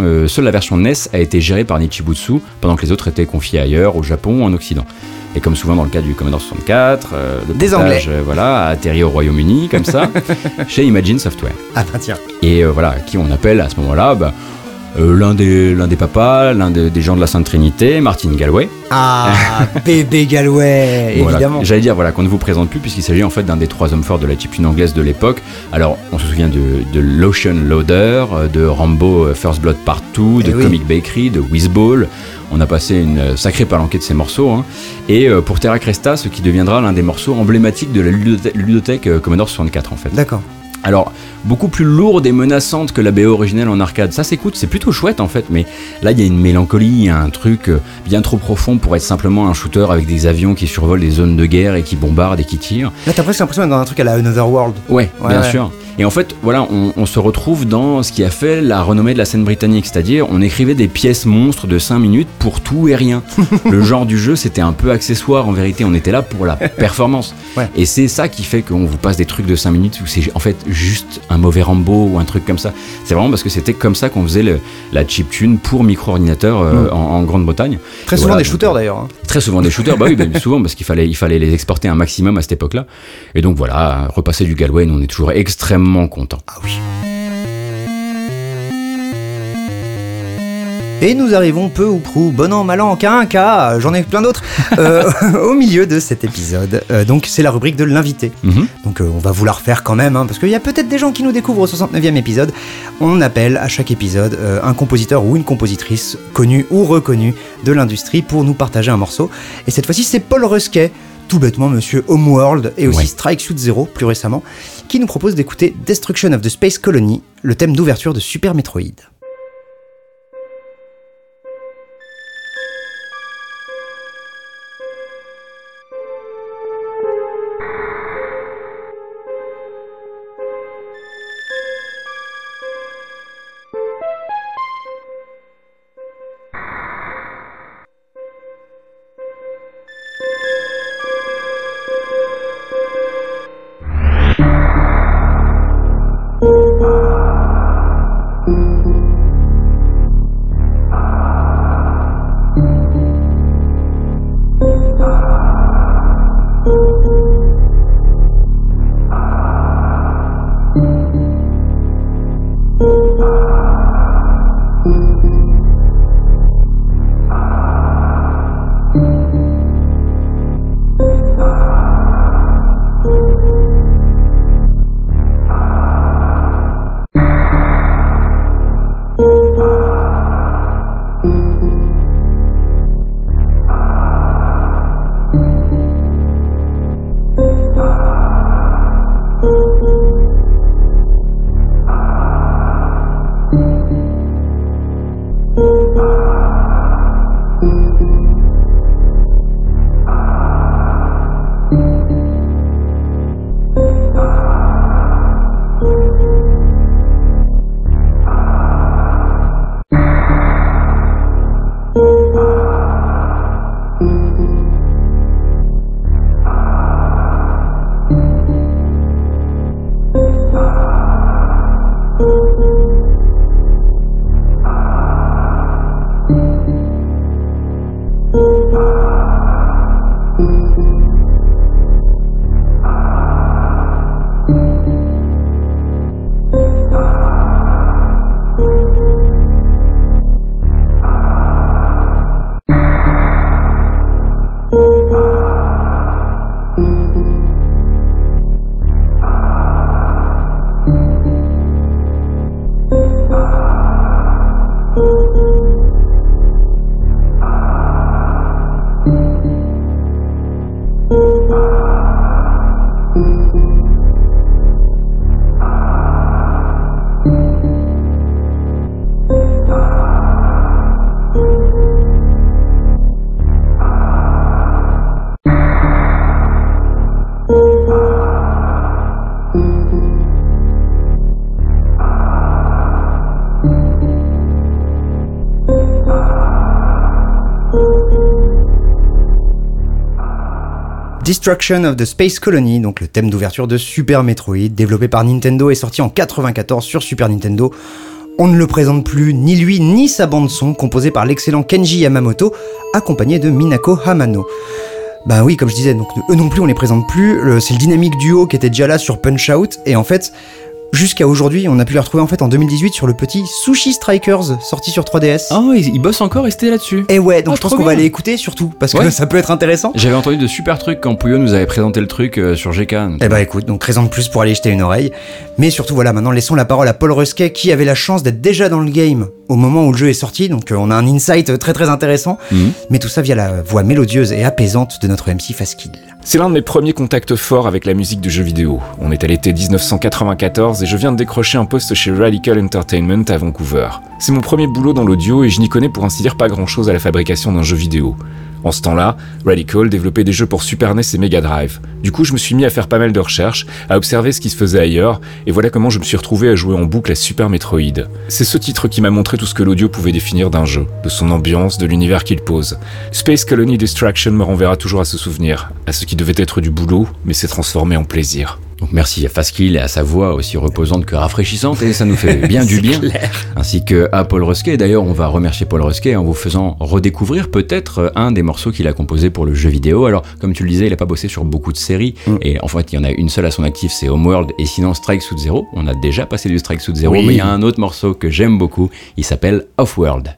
la version NES a été gérée par Nichibutsu pendant que les autres étaient confiés ailleurs, au Japon ou en Occident. Et comme souvent dans le cas du Commodore 64, le portage a atterri au Royaume-Uni comme ça, chez Imagine Software. Ah bah tiens. Et voilà, qui on appelle à ce moment-là l'un des papas, l'un des gens de la Sainte Trinité, Martin Galway. Ah, bébé Galway, évidemment. Voilà, j'allais dire qu'on ne vous présente plus puisqu'il s'agit en fait d'un des 3 hommes forts de la chiptune anglaise de l'époque. Alors, on se souvient de l'Ocean Loader, de Rambo First Blood Part 2, de Comic Bakery, de Whizball. On a passé une sacrée palanquée de ces morceaux. Hein. Et pour Terra Cresta, ce qui deviendra l'un des morceaux emblématiques de la ludothèque Commodore 64 en fait. D'accord. Alors, beaucoup plus lourde et menaçante que la BO originelle en arcade. Ça s'écoute, c'est plutôt chouette en fait, mais là il y a une mélancolie, il y a un truc bien trop profond pour être simplement un shooter avec des avions qui survolent des zones de guerre et qui bombardent et qui tirent. Là t'as presque l'impression d'être dans un truc à la Another World. Ouais, bien sûr. Et en fait, voilà, on se retrouve dans ce qui a fait la renommée de la scène britannique, c'est-à-dire on écrivait des pièces monstres de 5 minutes pour tout et rien. Le genre du jeu, c'était un peu accessoire en vérité, on était là pour la performance. Ouais. Et c'est ça qui fait qu'on vous passe des trucs de 5 minutes où c'est en fait juste un mauvais Rambo ou un truc comme ça. C'est vraiment parce que c'était comme ça qu'on faisait la chiptune pour micro-ordinateur en Grande-Bretagne. Très souvent des shooters d'ailleurs. Hein. Très souvent des shooters, bah oui, souvent parce qu'il fallait les exporter un maximum à cette époque-là. Et donc voilà, repasser du Galway, on est toujours extrêmement content. Ah oui. Et nous arrivons peu ou prou, bon an, mal an, qu'à un cas, j'en ai plein d'autres, au milieu de cet épisode. Donc c'est la rubrique de l'invité. Donc on va vous la refaire quand même, hein, parce qu'il y a peut-être des gens qui nous découvrent au 69e épisode. On appelle à chaque épisode un compositeur ou une compositrice connue ou reconnue de l'industrie pour nous partager un morceau. Et cette fois-ci c'est Paul Rusquet, tout bêtement monsieur Homeworld, et aussi Strike Suit Zero plus récemment, qui nous propose d'écouter Destruction of the Space Colony, le thème d'ouverture de Super Metroid. Destruction of the Space Colony, donc le thème d'ouverture de Super Metroid, développé par Nintendo et sorti en 94 sur Super Nintendo. On ne le présente plus, ni lui ni sa bande-son, composée par l'excellent Kenji Yamamoto, accompagné de Minako Hamano. Bah oui, comme je disais, donc eux non plus on les présente plus, c'est le dynamique duo qui était déjà là sur Punch-Out, et en fait, jusqu'à aujourd'hui, on a pu les retrouver en fait en 2018 sur le petit Sushi Strikers sorti sur 3DS. Oh, ils bossent encore et c'était là-dessus. Et ouais, donc je pense qu'on va aller écouter surtout, parce que ça peut être intéressant. J'avais entendu de super trucs quand Pouillot nous avait présenté le truc sur GK. Eh bah écoute, donc raison de plus pour aller jeter une oreille. Mais surtout voilà, maintenant laissons la parole à Paul Rusquet qui avait la chance d'être déjà dans le game au moment où le jeu est sorti, donc on a un insight très très intéressant, mais tout ça via la voix mélodieuse et apaisante de notre MC Fastkill. C'est l'un de mes premiers contacts forts avec la musique de jeux vidéo. On est à l'été 1994 et je viens de décrocher un poste chez Radical Entertainment à Vancouver. C'est mon premier boulot dans l'audio et je n'y connais pour ainsi dire pas grand chose à la fabrication d'un jeu vidéo. En ce temps-là, Radical développait des jeux pour Super NES et Mega Drive. Du coup, je me suis mis à faire pas mal de recherches, à observer ce qui se faisait ailleurs, et voilà comment je me suis retrouvé à jouer en boucle à Super Metroid. C'est ce titre qui m'a montré tout ce que l'audio pouvait définir d'un jeu, de son ambiance, de l'univers qu'il pose. Space Colony Destruction me renverra toujours à ce souvenir, à ce qui devait être du boulot, mais s'est transformé en plaisir. Donc merci à Fastkill et à sa voix aussi reposante que rafraîchissante, et ça nous fait bien du bien, ainsi que à Paul Rusquet. D'ailleurs, on va remercier Paul Rusquet en vous faisant redécouvrir peut-être un des morceaux qu'il a composé pour le jeu vidéo. Alors, comme tu le disais, il a pas bossé sur beaucoup de séries, et en fait, il y en a une seule à son actif, c'est Homeworld, et sinon Strike Suit Zero. On a déjà passé du Strike Suit Zero, mais il y a un autre morceau que j'aime beaucoup, il s'appelle Offworld.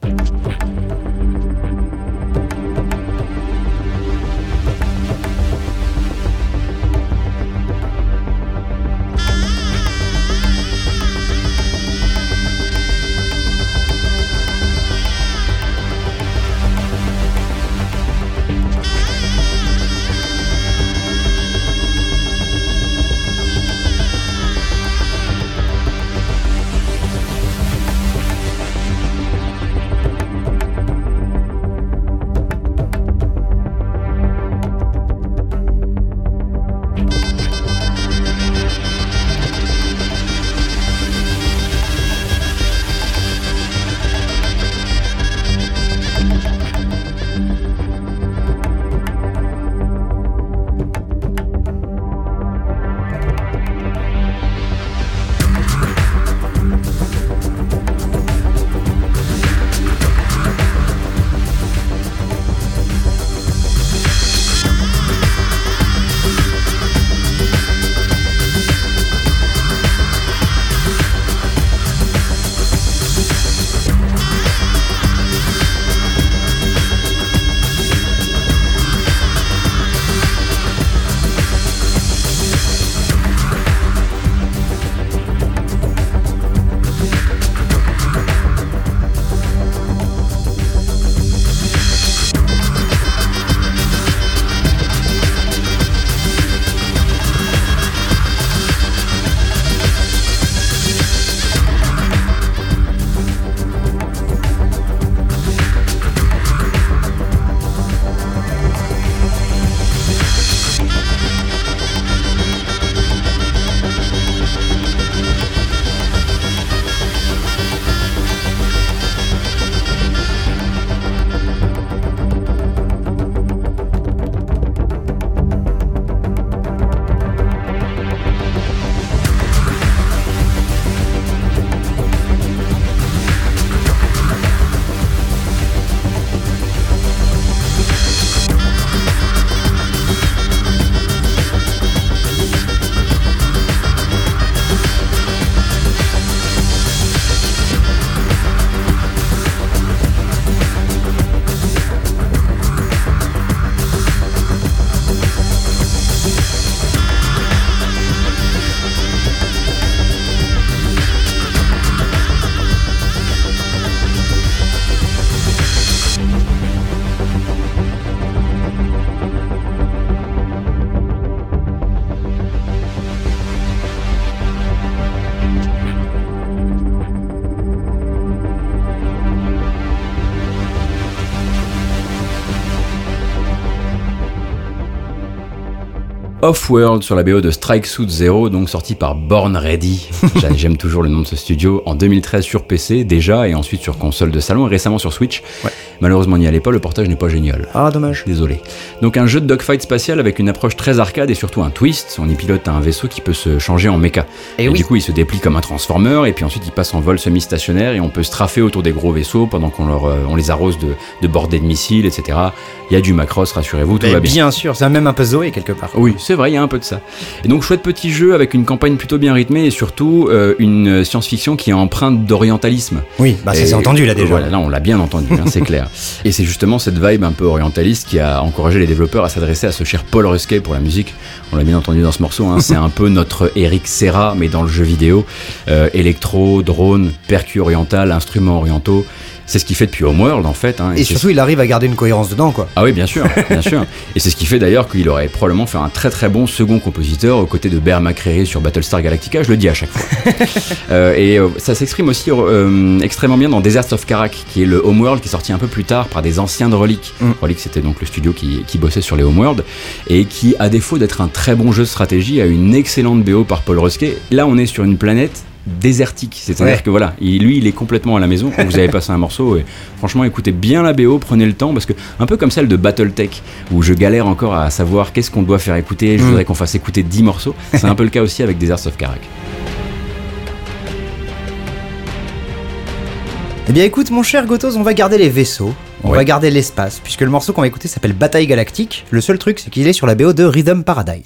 Offworld sur la BO de Strike Suit Zero, donc sorti par Born Ready. J'aime toujours le nom de ce studio. En 2013 sur PC déjà, et ensuite sur console de salon, et récemment sur Switch. Ouais. Malheureusement, on n'y allait pas, le portage n'est pas génial. Ah, dommage. Désolé. Donc un jeu de dogfight spatial avec une approche très arcade et surtout un twist. On y pilote un vaisseau qui peut se changer en méca. Et oui. Du coup, il se déplie comme un transformer, et puis ensuite il passe en vol semi-stationnaire, et on peut strafer autour des gros vaisseaux pendant qu'on les arrose de bordées de missiles, etc. Il y a du Macross, rassurez-vous, tout va bien. Bien sûr, c'est même un peu Zoé quelque part. Oui, c'est vrai, il y a un peu de ça. Et donc chouette petit jeu avec une campagne plutôt bien rythmée et surtout une science-fiction qui est empreinte d'orientalisme. Oui, bah ça s'est entendu là déjà. Voilà, là on l'a bien entendu, hein, c'est clair. Et c'est justement cette vibe un peu orientaliste qui a encouragé les développeurs à s'adresser à ce cher Paul Rusquet pour la musique. On l'a bien entendu dans ce morceau, hein, c'est un peu notre Eric Serra, mais dans le jeu vidéo. Électro, drone, percu oriental, instruments orientaux. C'est ce qu'il fait depuis Homeworld en fait. Hein, et surtout, il arrive à garder une cohérence dedans, quoi. Ah oui, bien sûr, bien sûr. Et c'est ce qui fait d'ailleurs qu'il aurait probablement fait un très très bon second compositeur aux côtés de Bear McCreary sur Battlestar Galactica, je le dis à chaque fois. Ça s'exprime aussi extrêmement bien dans Deserts of Karak, qui est le Homeworld qui est sorti un peu plus tard par des anciens de Relic. Relic, c'était donc le studio qui bossait sur les Homeworld et qui, à défaut d'être un très bon jeu de stratégie, a une excellente BO par Paul Rusquet. Là, on est sur une planète désertique, c'est-à-dire que voilà, lui il est complètement à la maison quand vous avez passé un morceau et franchement écoutez bien la BO, prenez le temps parce que un peu comme celle de Battletech où je galère encore à savoir qu'est-ce qu'on doit faire écouter, je voudrais qu'on fasse écouter 10 morceaux, c'est un peu le cas aussi avec Deserts of Karak. Eh bien écoute mon cher Gotos, on va garder les vaisseaux, on va garder l'espace, puisque le morceau qu'on va écouter s'appelle Bataille Galactique. Le seul truc c'est qu'il est sur la BO de Rhythm Paradise.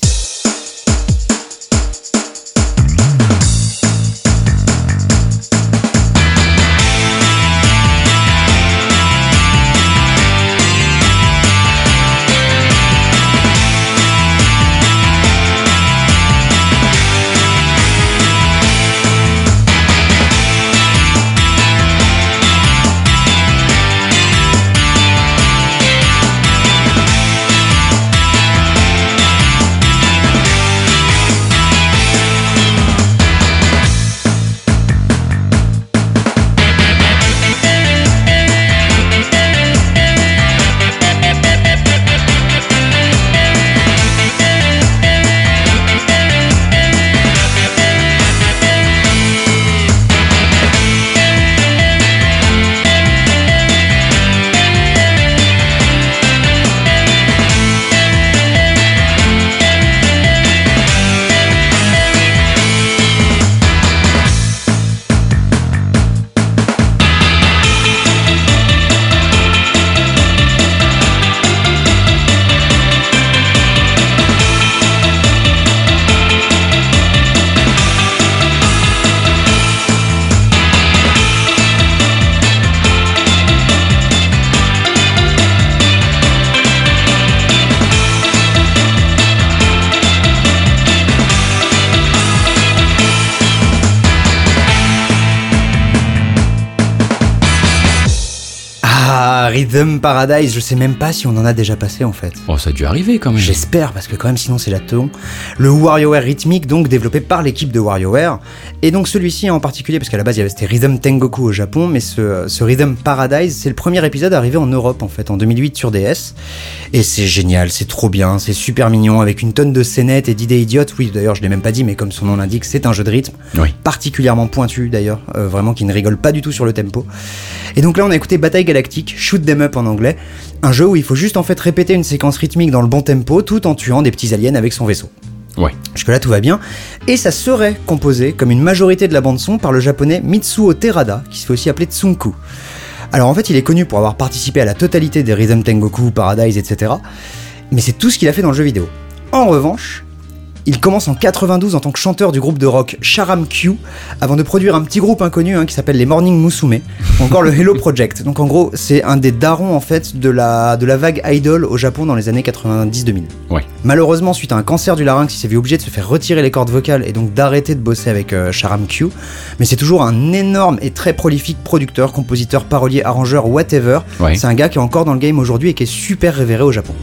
Rhythm Paradise, je sais même pas si on en a déjà passé en fait. Oh, ça a dû arriver quand même. J'espère, parce que quand même sinon c'est la teon. Le WarioWare rythmique, donc développé par l'équipe de WarioWare. Et donc celui-ci en particulier, parce qu'à la base c'était Rhythm Tengoku au Japon, mais ce Rhythm Paradise, c'est le premier épisode arrivé en Europe en fait, en 2008 sur DS. Et c'est génial, c'est trop bien, c'est super mignon, avec une tonne de scénettes et d'idées idiotes. Oui, d'ailleurs je l'ai même pas dit, mais comme son nom l'indique, c'est un jeu de rythme. Oui. Particulièrement pointu d'ailleurs, vraiment qui ne rigole pas du tout sur le tempo. Et donc là on a écouté Bataille Galactique, Shoot 'em up en anglais, un jeu où il faut juste en fait répéter une séquence rythmique dans le bon tempo tout en tuant des petits aliens avec son vaisseau. Ouais. Jusque là tout va bien, et ça serait composé comme une majorité de la bande son par le japonais Mitsuo Terada, qui se fait aussi appeler Tsunku. Alors en fait il est connu pour avoir participé à la totalité des Rhythm Tengoku, Paradise, etc. Mais c'est tout ce qu'il a fait dans le jeu vidéo. En revanche, il commence en 92 en tant que chanteur du groupe de rock Sharam Q, avant de produire un petit groupe inconnu qui s'appelle les Morning Musume, ou encore le Hello Project. Donc en gros, c'est un des darons en fait de la vague idol au Japon dans les années 90-2000. Ouais. Malheureusement, suite à un cancer du larynx, il s'est vu obligé de se faire retirer les cordes vocales et donc d'arrêter de bosser avec Sharam Q. Mais c'est toujours un énorme et très prolifique producteur, compositeur, parolier, arrangeur, whatever. Ouais. C'est un gars qui est encore dans le game aujourd'hui et qui est super révéré au Japon.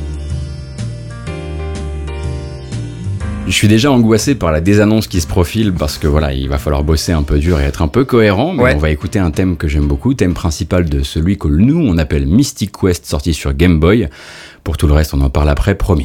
Je suis déjà angoissé par la désannonce qui se profile parce que voilà, il va falloir bosser un peu dur et être un peu cohérent, mais on va écouter un thème que j'aime beaucoup, thème principal de celui que nous on appelle Mystic Quest, sorti sur Game Boy. Pour tout le reste, on en parle après, promis.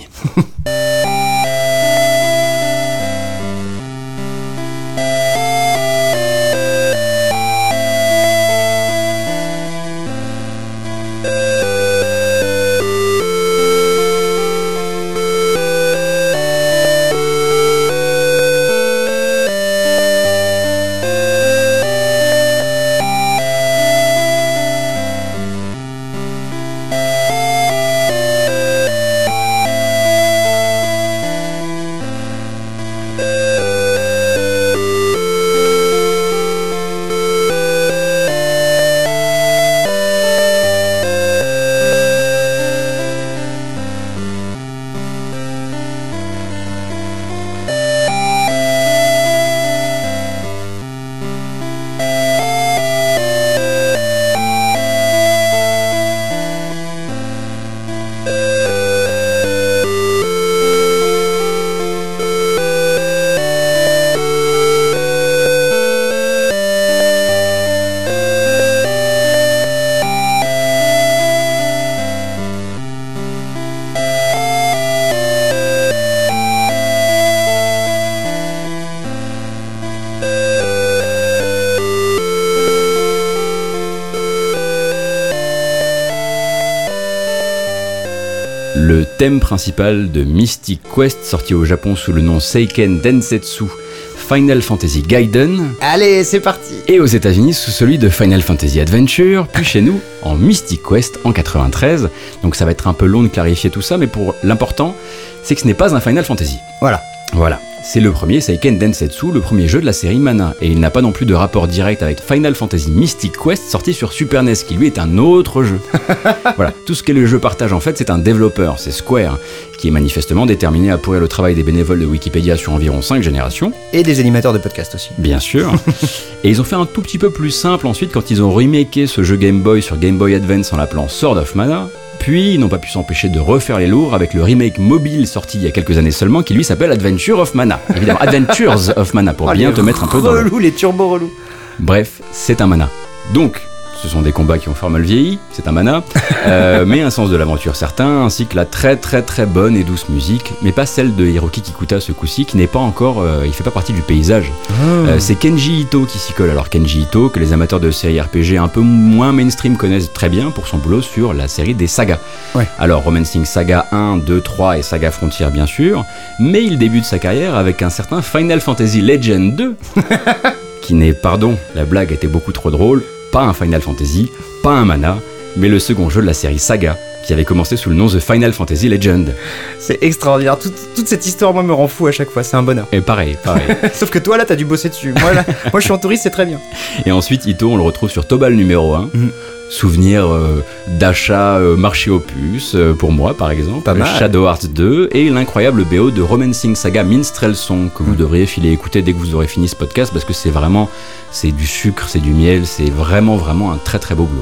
le thème principal de Mystic Quest, sorti au Japon sous le nom Seiken Densetsu Final Fantasy Gaiden. Allez, c'est parti. Et aux États-Unis sous celui de Final Fantasy Adventure, puis chez nous en Mystic Quest en 93. Donc ça va être un peu long de clarifier tout ça, mais pour l'important, c'est que ce n'est pas un Final Fantasy. Voilà. C'est le premier Seiken Densetsu, le premier jeu de la série Mana, et il n'a pas non plus de rapport direct avec Final Fantasy Mystic Quest sorti sur Super NES, qui lui est un autre jeu. Voilà, tout ce que le jeu partage en fait, c'est un développeur, c'est Square, qui est manifestement déterminé à pourrir le travail des bénévoles de Wikipédia sur environ 5 générations. Et des animateurs de podcast aussi. Bien sûr. Et ils ont fait un tout petit peu plus simple ensuite quand ils ont remaké ce jeu Game Boy sur Game Boy Advance en l'appelant Sword of Mana. Puis, ils n'ont pas pu s'empêcher de refaire les lourds avec le remake mobile sorti il y a quelques années seulement, qui lui s'appelle Adventure of Mana. Évidemment, Adventures of Mana, pour bien te mettre un peu dans le... Les turbo relous. Bref, c'est un mana. Donc, ce sont des combats qui ont fort mal vieilli, c'est un mana, mais un sens de l'aventure certain, ainsi que la très très très bonne et douce musique, mais pas celle de Hiroki Kikuta ce coup-ci, qui n'est pas encore, il fait pas partie du paysage. C'est Kenji Ito qui s'y colle. Alors Kenji Ito, que les amateurs de séries RPG un peu moins mainstream connaissent très bien pour son boulot sur la série des sagas. Ouais. Alors Romancing Saga 1, 2, 3 et Saga Frontier bien sûr, mais il débute sa carrière avec un certain Final Fantasy Legend 2, qui n'est, pardon, la blague était beaucoup trop drôle, pas un Final Fantasy, pas un mana, mais le second jeu de la série Saga, qui avait commencé sous le nom The Final Fantasy Legend. C'est extraordinaire, toute cette histoire moi me rend fou à chaque fois, c'est un bonheur. Et pareil. Sauf que toi là t'as dû bosser dessus, moi je suis en touriste, c'est très bien. Et ensuite Ito on le retrouve sur Tobal numéro 1, souvenir d'achat marché aux puces, pour moi par exemple, Pas mal. Shadow Hearts 2 et l'incroyable BO de Romancing Saga Minstrel Song, que vous devriez filer écouter dès que vous aurez fini ce podcast, parce que c'est vraiment, c'est du sucre, c'est du miel, c'est vraiment un très très beau boulot.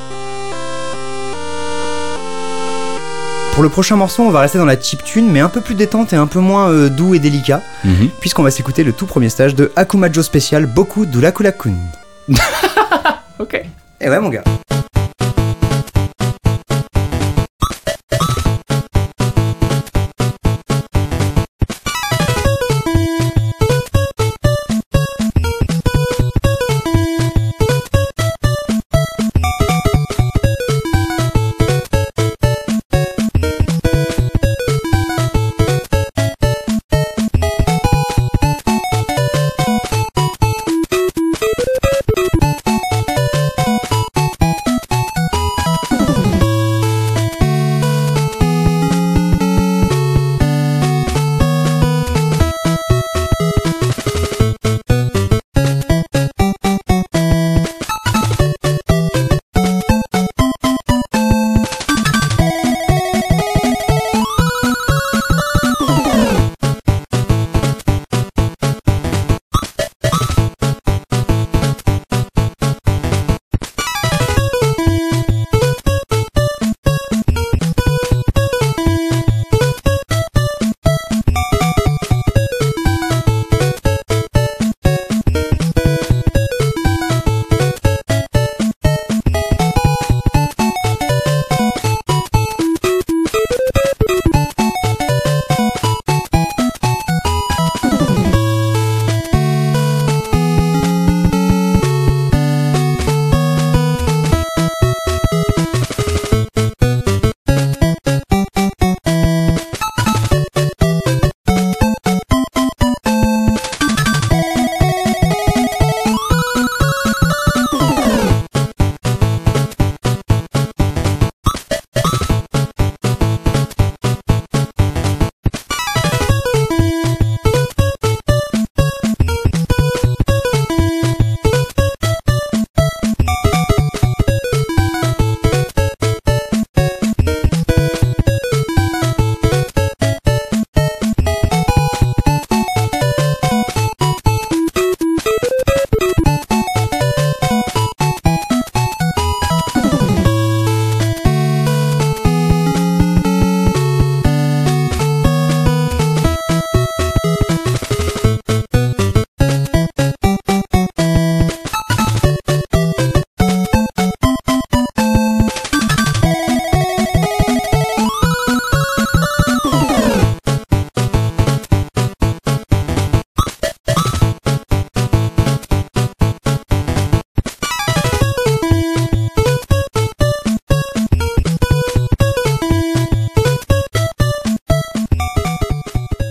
Pour le prochain morceau, on va rester dans la chiptune, mais un peu plus détente et un peu moins doux et délicat, puisqu'on va s'écouter le tout premier stage de Akumajo Special Boku Durakulakun. Ok. Et ouais mon gars.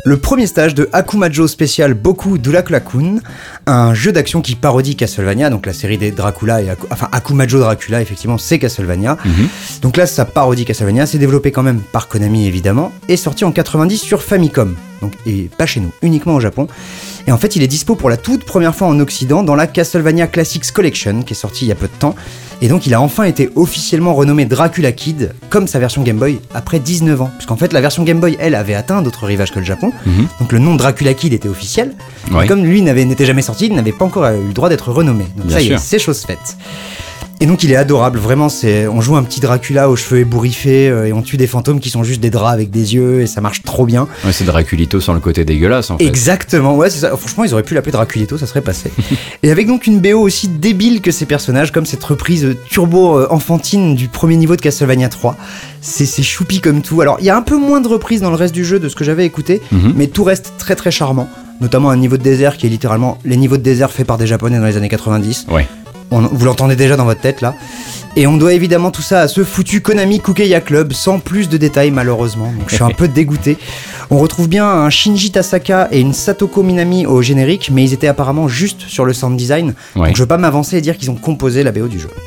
le premier stage de Akumajo spécial Boku Drakula-kun, un jeu d'action qui parodie Castlevania, donc la série des Dracula et Akumajo Dracula, effectivement, c'est Castlevania. Donc là, ça parodie Castlevania, c'est développé quand même par Konami évidemment, et sorti en 90 sur Famicom, donc et pas chez nous, uniquement au Japon. Et en fait, il est dispo pour la toute première fois en Occident dans la Castlevania Classics Collection, qui est sortie il y a peu de temps. Et donc, il a enfin été officiellement renommé Dracula Kid, comme sa version Game Boy, après 19 ans. Puisqu'en fait, la version Game Boy, elle, avait atteint d'autres rivages que le Japon. Donc, le nom Dracula Kid était officiel. Ouais. Et comme lui n'était jamais sorti, il n'avait pas encore eu le droit d'être renommé. Donc, bien ça sûr. Y est, c'est chose faite. Et donc il est adorable, vraiment, on joue un petit Dracula aux cheveux ébouriffés et on tue des fantômes qui sont juste des draps avec des yeux et ça marche trop bien. Ouais, c'est Draculito sans le côté dégueulasse en fait. Exactement, ouais, c'est ça. Franchement, ils auraient pu l'appeler Draculito, ça serait passé. Et avec donc une BO aussi débile que ces personnages, comme cette reprise turbo enfantine du premier niveau de Castlevania 3. C'est choupi comme tout. Alors, il y a un peu moins de reprises dans le reste du jeu de ce que j'avais écouté, mais tout reste très très charmant. Notamment un niveau de désert qui est littéralement les niveaux de désert faits par des Japonais dans les années 90. Ouais. Vous l'entendez déjà dans votre tête là. Et on doit évidemment tout ça à ce foutu Konami Kukeya Club, sans plus de détails malheureusement, donc je suis un peu dégoûté. On retrouve bien un Shinji Tasaka et une Satoko Minami au générique, mais ils étaient apparemment juste sur le sound design, donc je veux pas m'avancer et dire qu'ils ont composé la BO du jeu.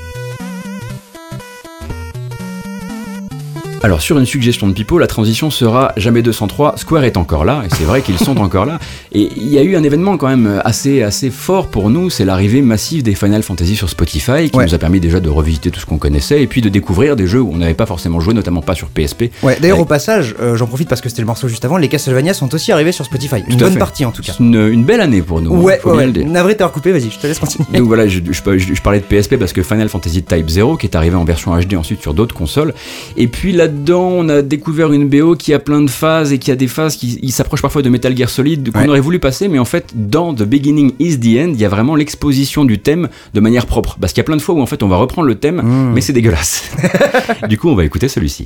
Alors sur une suggestion de Pipo, la transition sera jamais 203, Square est encore là, et c'est vrai qu'ils sont encore là, et il y a eu un événement quand même assez fort pour nous, c'est l'arrivée massive des Final Fantasy sur Spotify, qui nous a permis déjà de revisiter tout ce qu'on connaissait, et puis de découvrir des jeux où on n'avait pas forcément joué, notamment pas sur PSP. Ouais, d'ailleurs au passage, j'en profite parce que c'était le morceau juste avant, les Castlevania sont aussi arrivés sur Spotify, une bonne partie en tout cas. C'est une belle année pour nous. Ouais, navré t'avoir coupé, vas-y, je te laisse continuer. Donc voilà, je parlais de PSP parce que Final Fantasy Type 0, qui est arrivé en version HD ensuite sur d'autres consoles, et puis là-dedans, on a découvert une BO qui a plein de phases et qui a des phases qui s'approchent parfois de Metal Gear Solid qu'on aurait voulu passer, mais en fait dans The Beginning is the End, il y a vraiment l'exposition du thème de manière propre, parce qu'il y a plein de fois où en fait on va reprendre le thème, mais c'est dégueulasse. Du coup on va écouter celui-ci.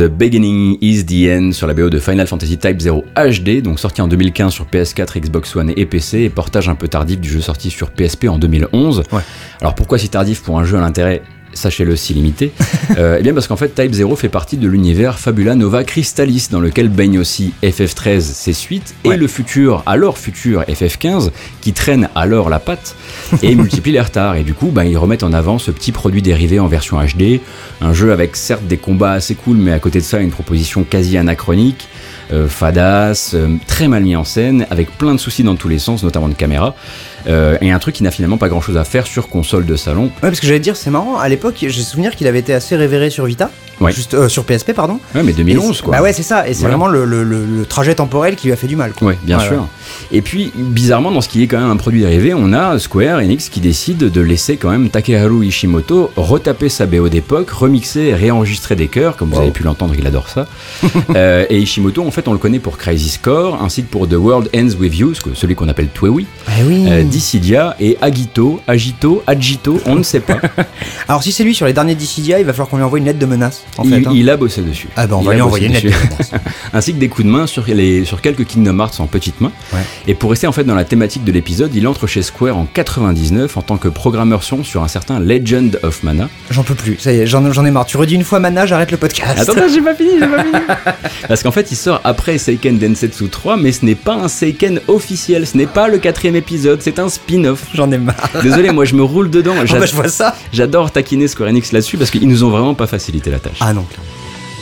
The Beginning is the End sur la BO de Final Fantasy Type 0 HD, donc sorti en 2015 sur PS4, Xbox One et PC, et portage un peu tardif du jeu sorti sur PSP en 2011. Ouais. Alors pourquoi si tardif pour un jeu à l'intérêt, sachez-le, si limité? Eh bien parce qu'en fait Type 0 fait partie de l'univers Fabula Nova Crystallis, dans lequel baigne aussi FF13, ses suites, et le futur FF15, qui traîne alors la patte et multiplie les retards. Et du coup, ils remettent en avant ce petit produit dérivé en version HD, un jeu avec certes des combats assez cool, mais à côté de ça une proposition quasi anachronique, fadasse, très mal mis en scène, avec plein de soucis dans tous les sens, notamment de caméra. Et un truc qui n'a finalement pas grand chose à faire sur console de salon. Ouais, parce que j'allais dire, c'est marrant, à l'époque, j'ai souvenir qu'il avait été assez révéré sur Vita, juste sur PSP, pardon. Ouais, mais 2011, quoi. Bah ouais, c'est ça, et c'est vraiment le trajet temporel qui lui a fait du mal, quoi. Ouais, bien sûr. Ouais. Et puis, bizarrement, dans ce qui est quand même un produit dérivé, on a Square Enix qui décide de laisser quand même Takeharu Ishimoto retaper sa BO d'époque, remixer et réenregistrer des chœurs, comme vous avez pu l'entendre, il adore ça. Et Ishimoto, en fait, on le connaît pour Crisis Core, ainsi que pour The World Ends With You, celui qu'on appelle Twewi. Ah oui. Dissidia et Agito, on ne sait pas. Alors si c'est lui sur les derniers Dissidia, il va falloir qu'on lui envoie une lettre de menace. Il a bossé dessus. Ah on va lui envoyer une lettre de menace. Ainsi que des coups de main sur quelques Kingdom Hearts en petites mains. Ouais. Et pour rester en fait dans la thématique de l'épisode, il entre chez Square en 99 en tant que programmeur son sur un certain Legend of Mana. J'en peux plus, ça y est, j'en ai marre. Tu redis une fois Mana, j'arrête le podcast. Attends, j'ai pas fini. Parce qu'en fait, il sort après Seiken Densetsu 3, mais ce n'est pas un Seiken officiel, ce n'est pas le 4e épisode, c'est un spin-off. J'en ai marre. Désolé, moi je me roule dedans. Je vois ça. J'adore taquiner Square Enix là-dessus parce qu'ils nous ont vraiment pas facilité la tâche. Ah non, clairement.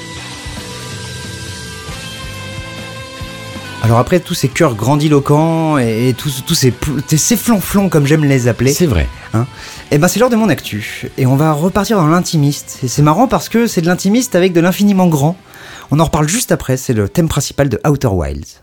Alors après tous ces chœurs grandiloquents et tous ces flonflons comme j'aime les appeler. C'est vrai. Et c'est l'heure de mon actu. Et on va repartir dans l'intimiste. Et c'est marrant parce que c'est de l'intimiste avec de l'infiniment grand. On en reparle juste après, c'est le thème principal de Outer Wilds.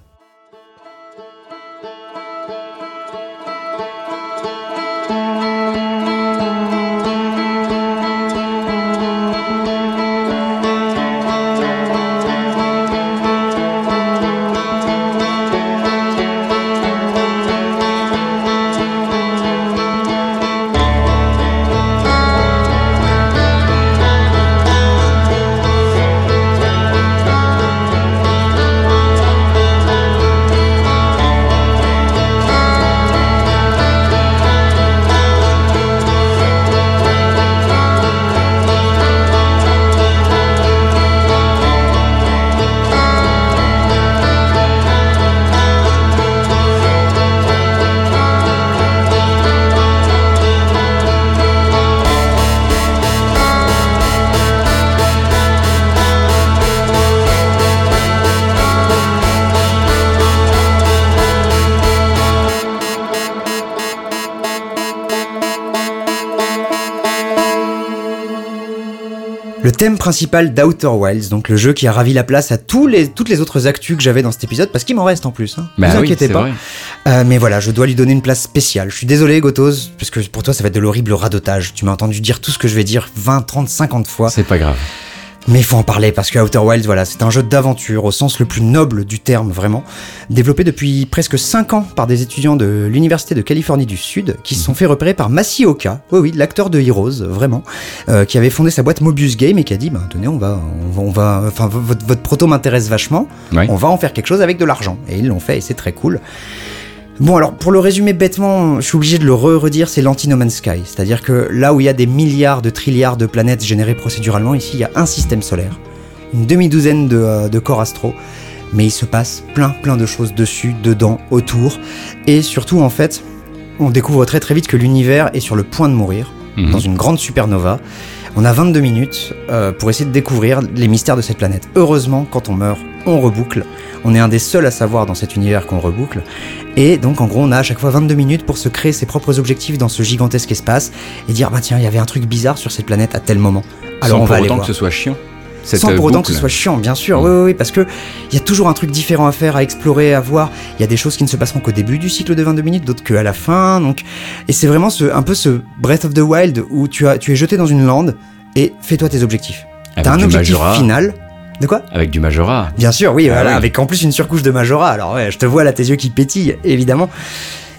Le thème principal d'Outer Wilds, donc le jeu qui a ravi la place à toutes les autres actus que j'avais dans cet épisode, parce qu'il m'en reste en plus, ne vous inquiétez pas. Mais voilà, je dois lui donner une place spéciale. Je suis désolé Gotoz, parce que pour toi ça va être de l'horrible radotage. Tu m'as entendu dire tout ce que je vais dire 20, 30, 50 fois. C'est pas grave. Mais il faut en parler parce que Outer Wilds, voilà, c'est un jeu d'aventure au sens le plus noble du terme, vraiment. Développé depuis presque 5 ans par des étudiants de l'Université de Californie du Sud qui se sont fait repérer par Masioka, oui, l'acteur de Heroes, vraiment, qui avait fondé sa boîte Mobius Game et qui a dit, tenez, on va, enfin, votre proto m'intéresse vachement, on va en faire quelque chose avec de l'argent. Et ils l'ont fait et c'est très cool. Bon, alors, pour le résumer bêtement, je suis obligé de le redire, c'est l'anti-No Man's Sky. C'est-à-dire que là où il y a des milliards de trilliards de planètes générées procéduralement, ici, il y a un système solaire, une demi-douzaine de corps astraux, mais il se passe plein de choses dessus, dedans, autour, et surtout, en fait, on découvre très très vite que l'univers est sur le point de mourir, dans une grande supernova. On a 22 minutes pour essayer de découvrir les mystères de cette planète. Heureusement, quand on meurt, on reboucle. On est un des seuls à savoir dans cet univers qu'on reboucle. Et donc, en gros, on a à chaque fois 22 minutes pour se créer ses propres objectifs dans ce gigantesque espace et dire, tiens, il y avait un truc bizarre sur cette planète à tel moment. Alors, on va aller voir. Sans pour autant que ce soit chiant. Sans pour autant que ce soit chiant, bien sûr. Oui, parce que il y a toujours un truc différent à faire, à explorer, à voir. Il y a des choses qui ne se passeront qu'au début du cycle de 22 minutes, d'autres qu'à la fin. Donc, et c'est vraiment un peu ce Breath of the Wild où tu es jeté dans une lande et fais-toi tes objectifs. T'as un objectif final. De quoi ? Avec du Majora. Bien sûr, oui, voilà, avec en plus une surcouche de Majora. Alors ouais, je te vois là, tes yeux qui pétillent, évidemment.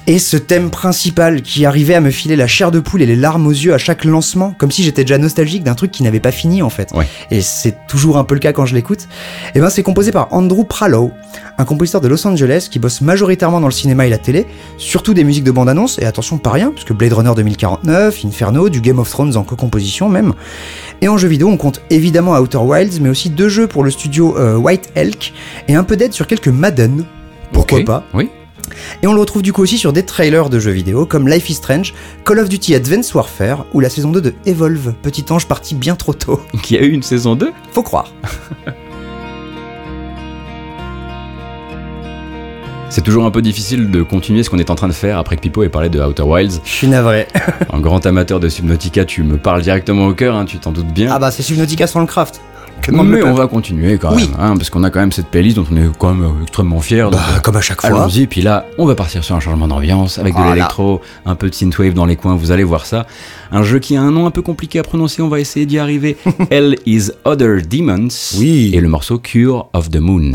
Et ce thème principal qui arrivait à me filer la chair de poule et les larmes aux yeux à chaque lancement, comme si j'étais déjà nostalgique d'un truc qui n'avait pas fini en fait. Ouais. Et c'est toujours un peu le cas quand je l'écoute. Et ben c'est composé par Andrew Pralow, un compositeur de Los Angeles qui bosse majoritairement dans le cinéma et la télé, surtout des musiques de bande-annonce, et attention pas rien, puisque Blade Runner 2049, Inferno, du Game of Thrones en co-composition même. Et en jeu vidéo, on compte évidemment Outer Wilds, mais aussi 2 jeux pour le studio White Elk, et un peu d'aide sur quelques Madden, pourquoi pas. Oui. Et on le retrouve du coup aussi sur des trailers de jeux vidéo comme Life is Strange, Call of Duty Advanced Warfare ou la saison 2 de Evolve, petit ange parti bien trop tôt. Qui a eu une saison 2 ? Faut croire. C'est toujours un peu difficile de continuer ce qu'on est en train de faire après que Pipo ait parlé de Outer Wilds. Je suis navré. Un grand amateur de Subnautica, tu me parles directement au cœur, hein, tu t'en doutes bien. Ah bah c'est Subnautica sans le craft. Mais on va continuer quand même, hein, parce qu'on a quand même cette playlist dont on est quand même extrêmement fiers. Bah, comme à chaque fois. Allons-y, puis là, on va partir sur un changement d'ambiance, avec de l'électro, un peu de synthwave dans les coins, vous allez voir ça. Un jeu qui a un nom un peu compliqué à prononcer, on va essayer d'y arriver. Hell is Other Demons, oui. Et le morceau Cure of the Moon.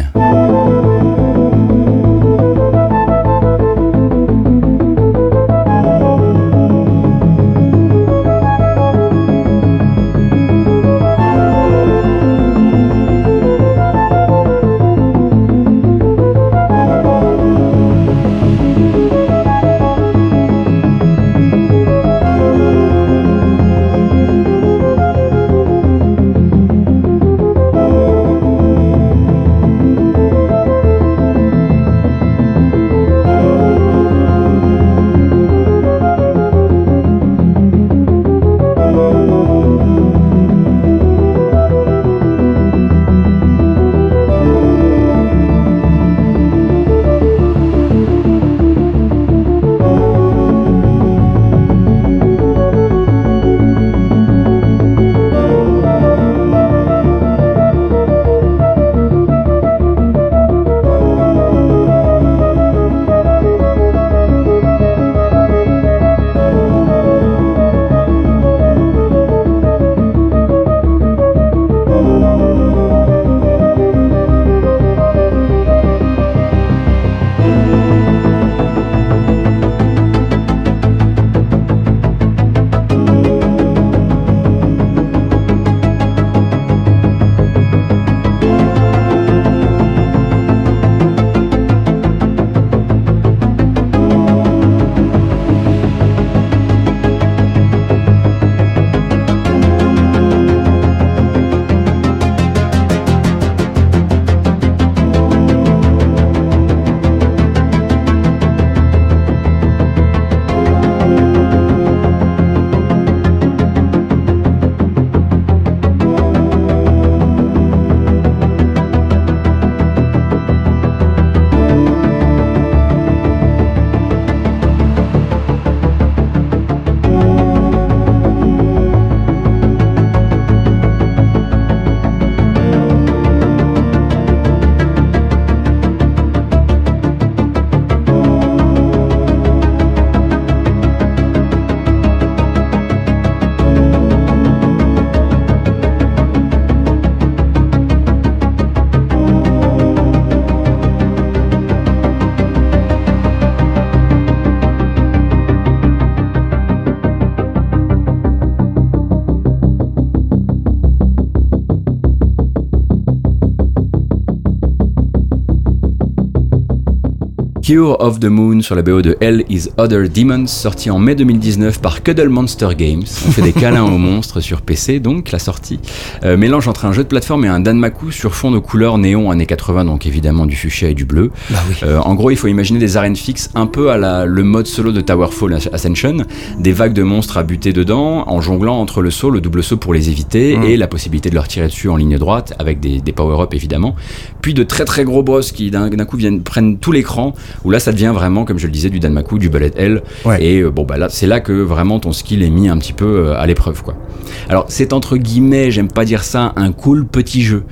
Cure of the Moon sur la BO de Hell is Other Demons, sorti en mai 2019 par Cuddle Monster Games. On fait des câlins aux monstres sur PC, donc la sortie. Mélange entre un jeu de plateforme et un Danmaku sur fond de couleurs néon années 80, donc évidemment du fuchsia et du bleu. Bah oui. En gros, il faut imaginer des arènes fixes un peu à le mode solo de Towerfall Ascension, des vagues de monstres à buter dedans, en jonglant entre le saut, le double saut pour les éviter, et la possibilité de leur tirer dessus en ligne droite, avec des power-up évidemment. Puis de très très gros boss qui d'un coup prennent tout l'écran, où là ça devient vraiment, comme je le disais, du Danmaku, du bullet hell, et là c'est là que vraiment ton skill est mis un petit peu à l'épreuve, quoi. Alors c'est entre guillemets, j'aime pas dire ça, un cool petit jeu,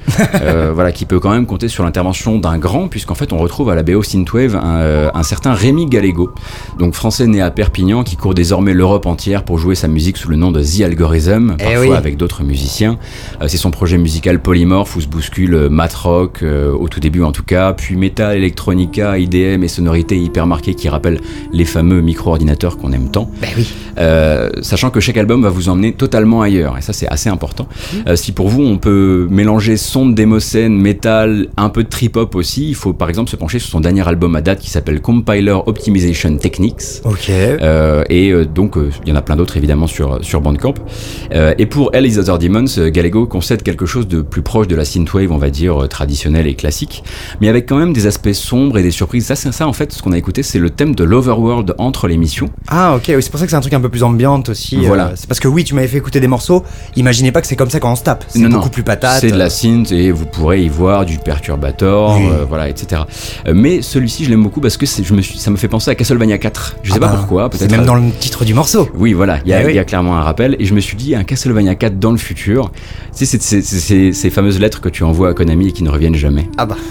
qui peut quand même compter sur l'intervention d'un grand, puisqu'en fait on retrouve à la BO Synthwave un certain Rémi Gallego, donc français né à Perpignan, qui court désormais l'Europe entière pour jouer sa musique sous le nom de The Algorithm, parfois avec d'autres musiciens. C'est son projet musical polymorphe où se bouscule math rock au tout début en tout cas, puis metal, electronica, IDM et sonorités hyper marquées qui rappellent les fameux micro-ordinateurs qu'on aime tant. Ben oui. Sachant que chaque album va vous emmener totalement ailleurs, et ça c'est assez important. Si pour vous on peut mélanger son de démocène, métal, un peu de trip-hop aussi, il faut par exemple se pencher sur son dernier album à date qui s'appelle Compiler Optimization Techniques. Ok. Donc il y en a plein d'autres évidemment sur Bandcamp. Et pour Hell is Other Demons, Gallego concède quelque chose de plus proche de la synthwave, on va dire traditionnelle et classique, mais avec quand même des aspects sombres et des surprises. Ça, c'est ça en fait, ce qu'on a écouté, c'est le thème de l'Overworld entre l'émission. Ah ok, oui, c'est pour ça que c'est un truc un peu plus ambiante aussi. Voilà. C'est parce que oui, tu m'avais fait écouter des morceaux, imaginez pas que c'est comme ça quand on se tape. C'est beaucoup plus patate. C'est de la synth et vous pourrez y voir du Perturbator, voilà, etc. Mais celui-ci, je l'aime beaucoup parce que ça me fait penser à Castlevania 4. Je sais pas pourquoi. Peut-être c'est même dans le titre du morceau. Oui, voilà, il y a clairement un rappel. Et je me suis dit, un Castlevania 4 dans le futur, c'est ces fameuses lettres que tu envoies à Konami et qui ne reviennent jamais. Ah bah.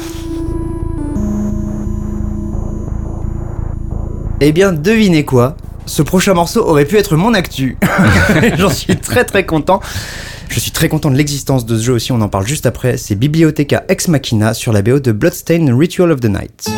Eh bien, devinez quoi ? Ce prochain morceau aurait pu être mon actu. J'en suis très très content. Je suis très content de l'existence de ce jeu aussi, on en parle juste après. C'est Bibliotheca Ex Machina sur la BO de Bloodstained Ritual of the Night.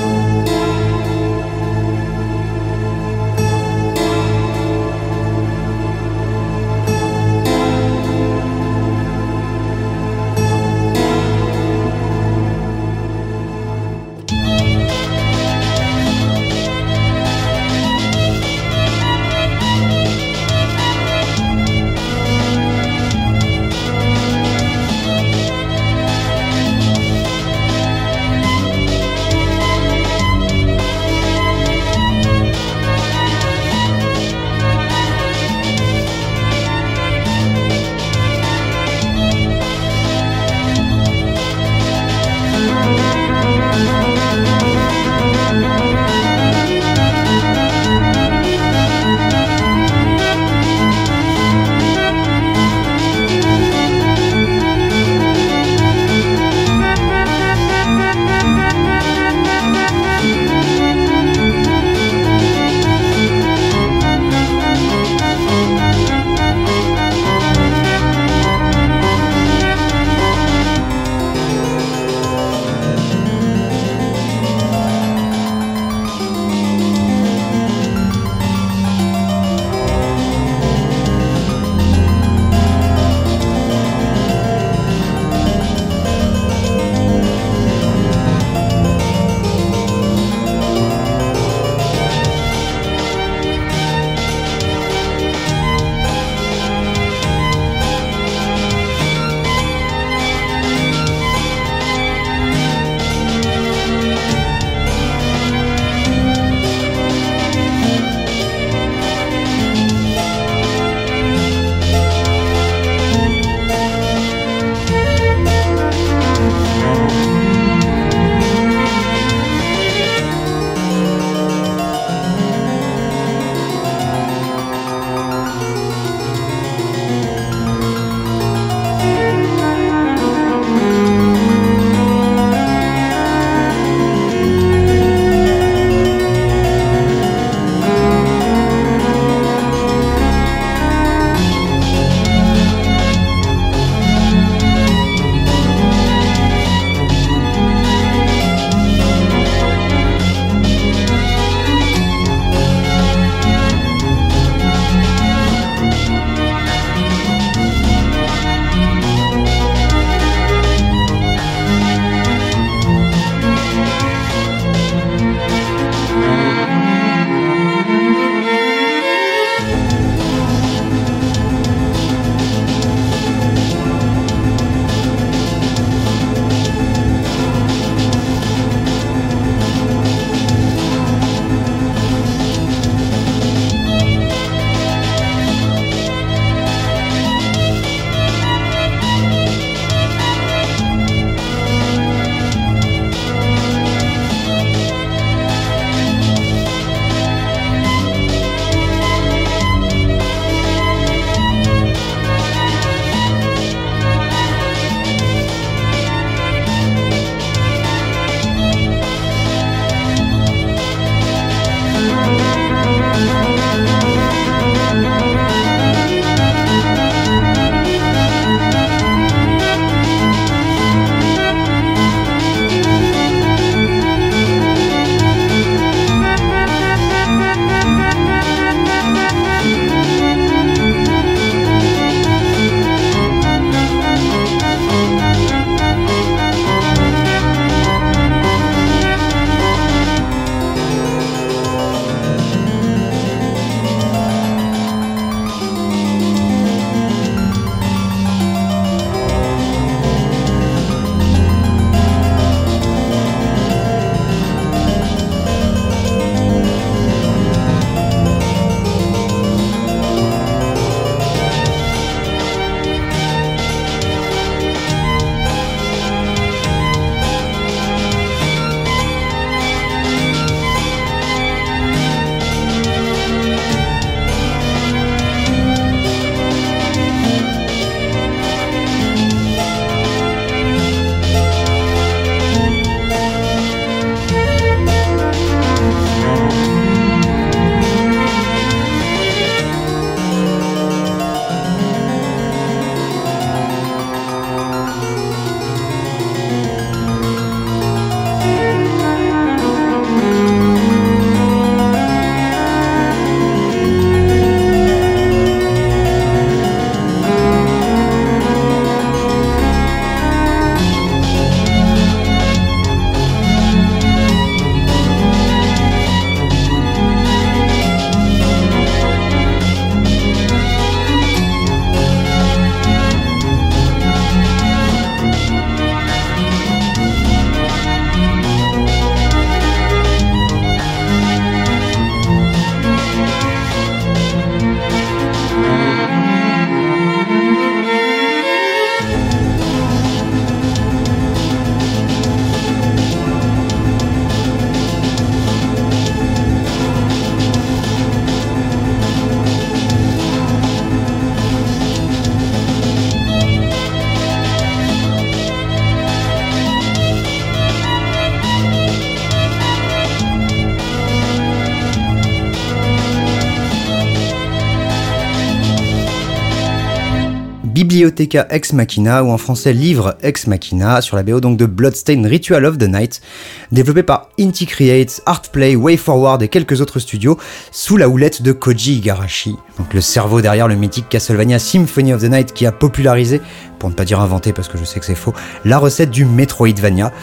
Bibliotheca Ex Machina, ou en français Livre Ex Machina, sur la BO donc de Bloodstained Ritual of the Night, développé par Inti Creates, Artplay, WayForward et quelques autres studios, sous la houlette de Koji Igarashi, donc le cerveau derrière le mythique Castlevania Symphony of the Night qui a popularisé, pour ne pas dire inventé parce que je sais que c'est faux, la recette du Metroidvania.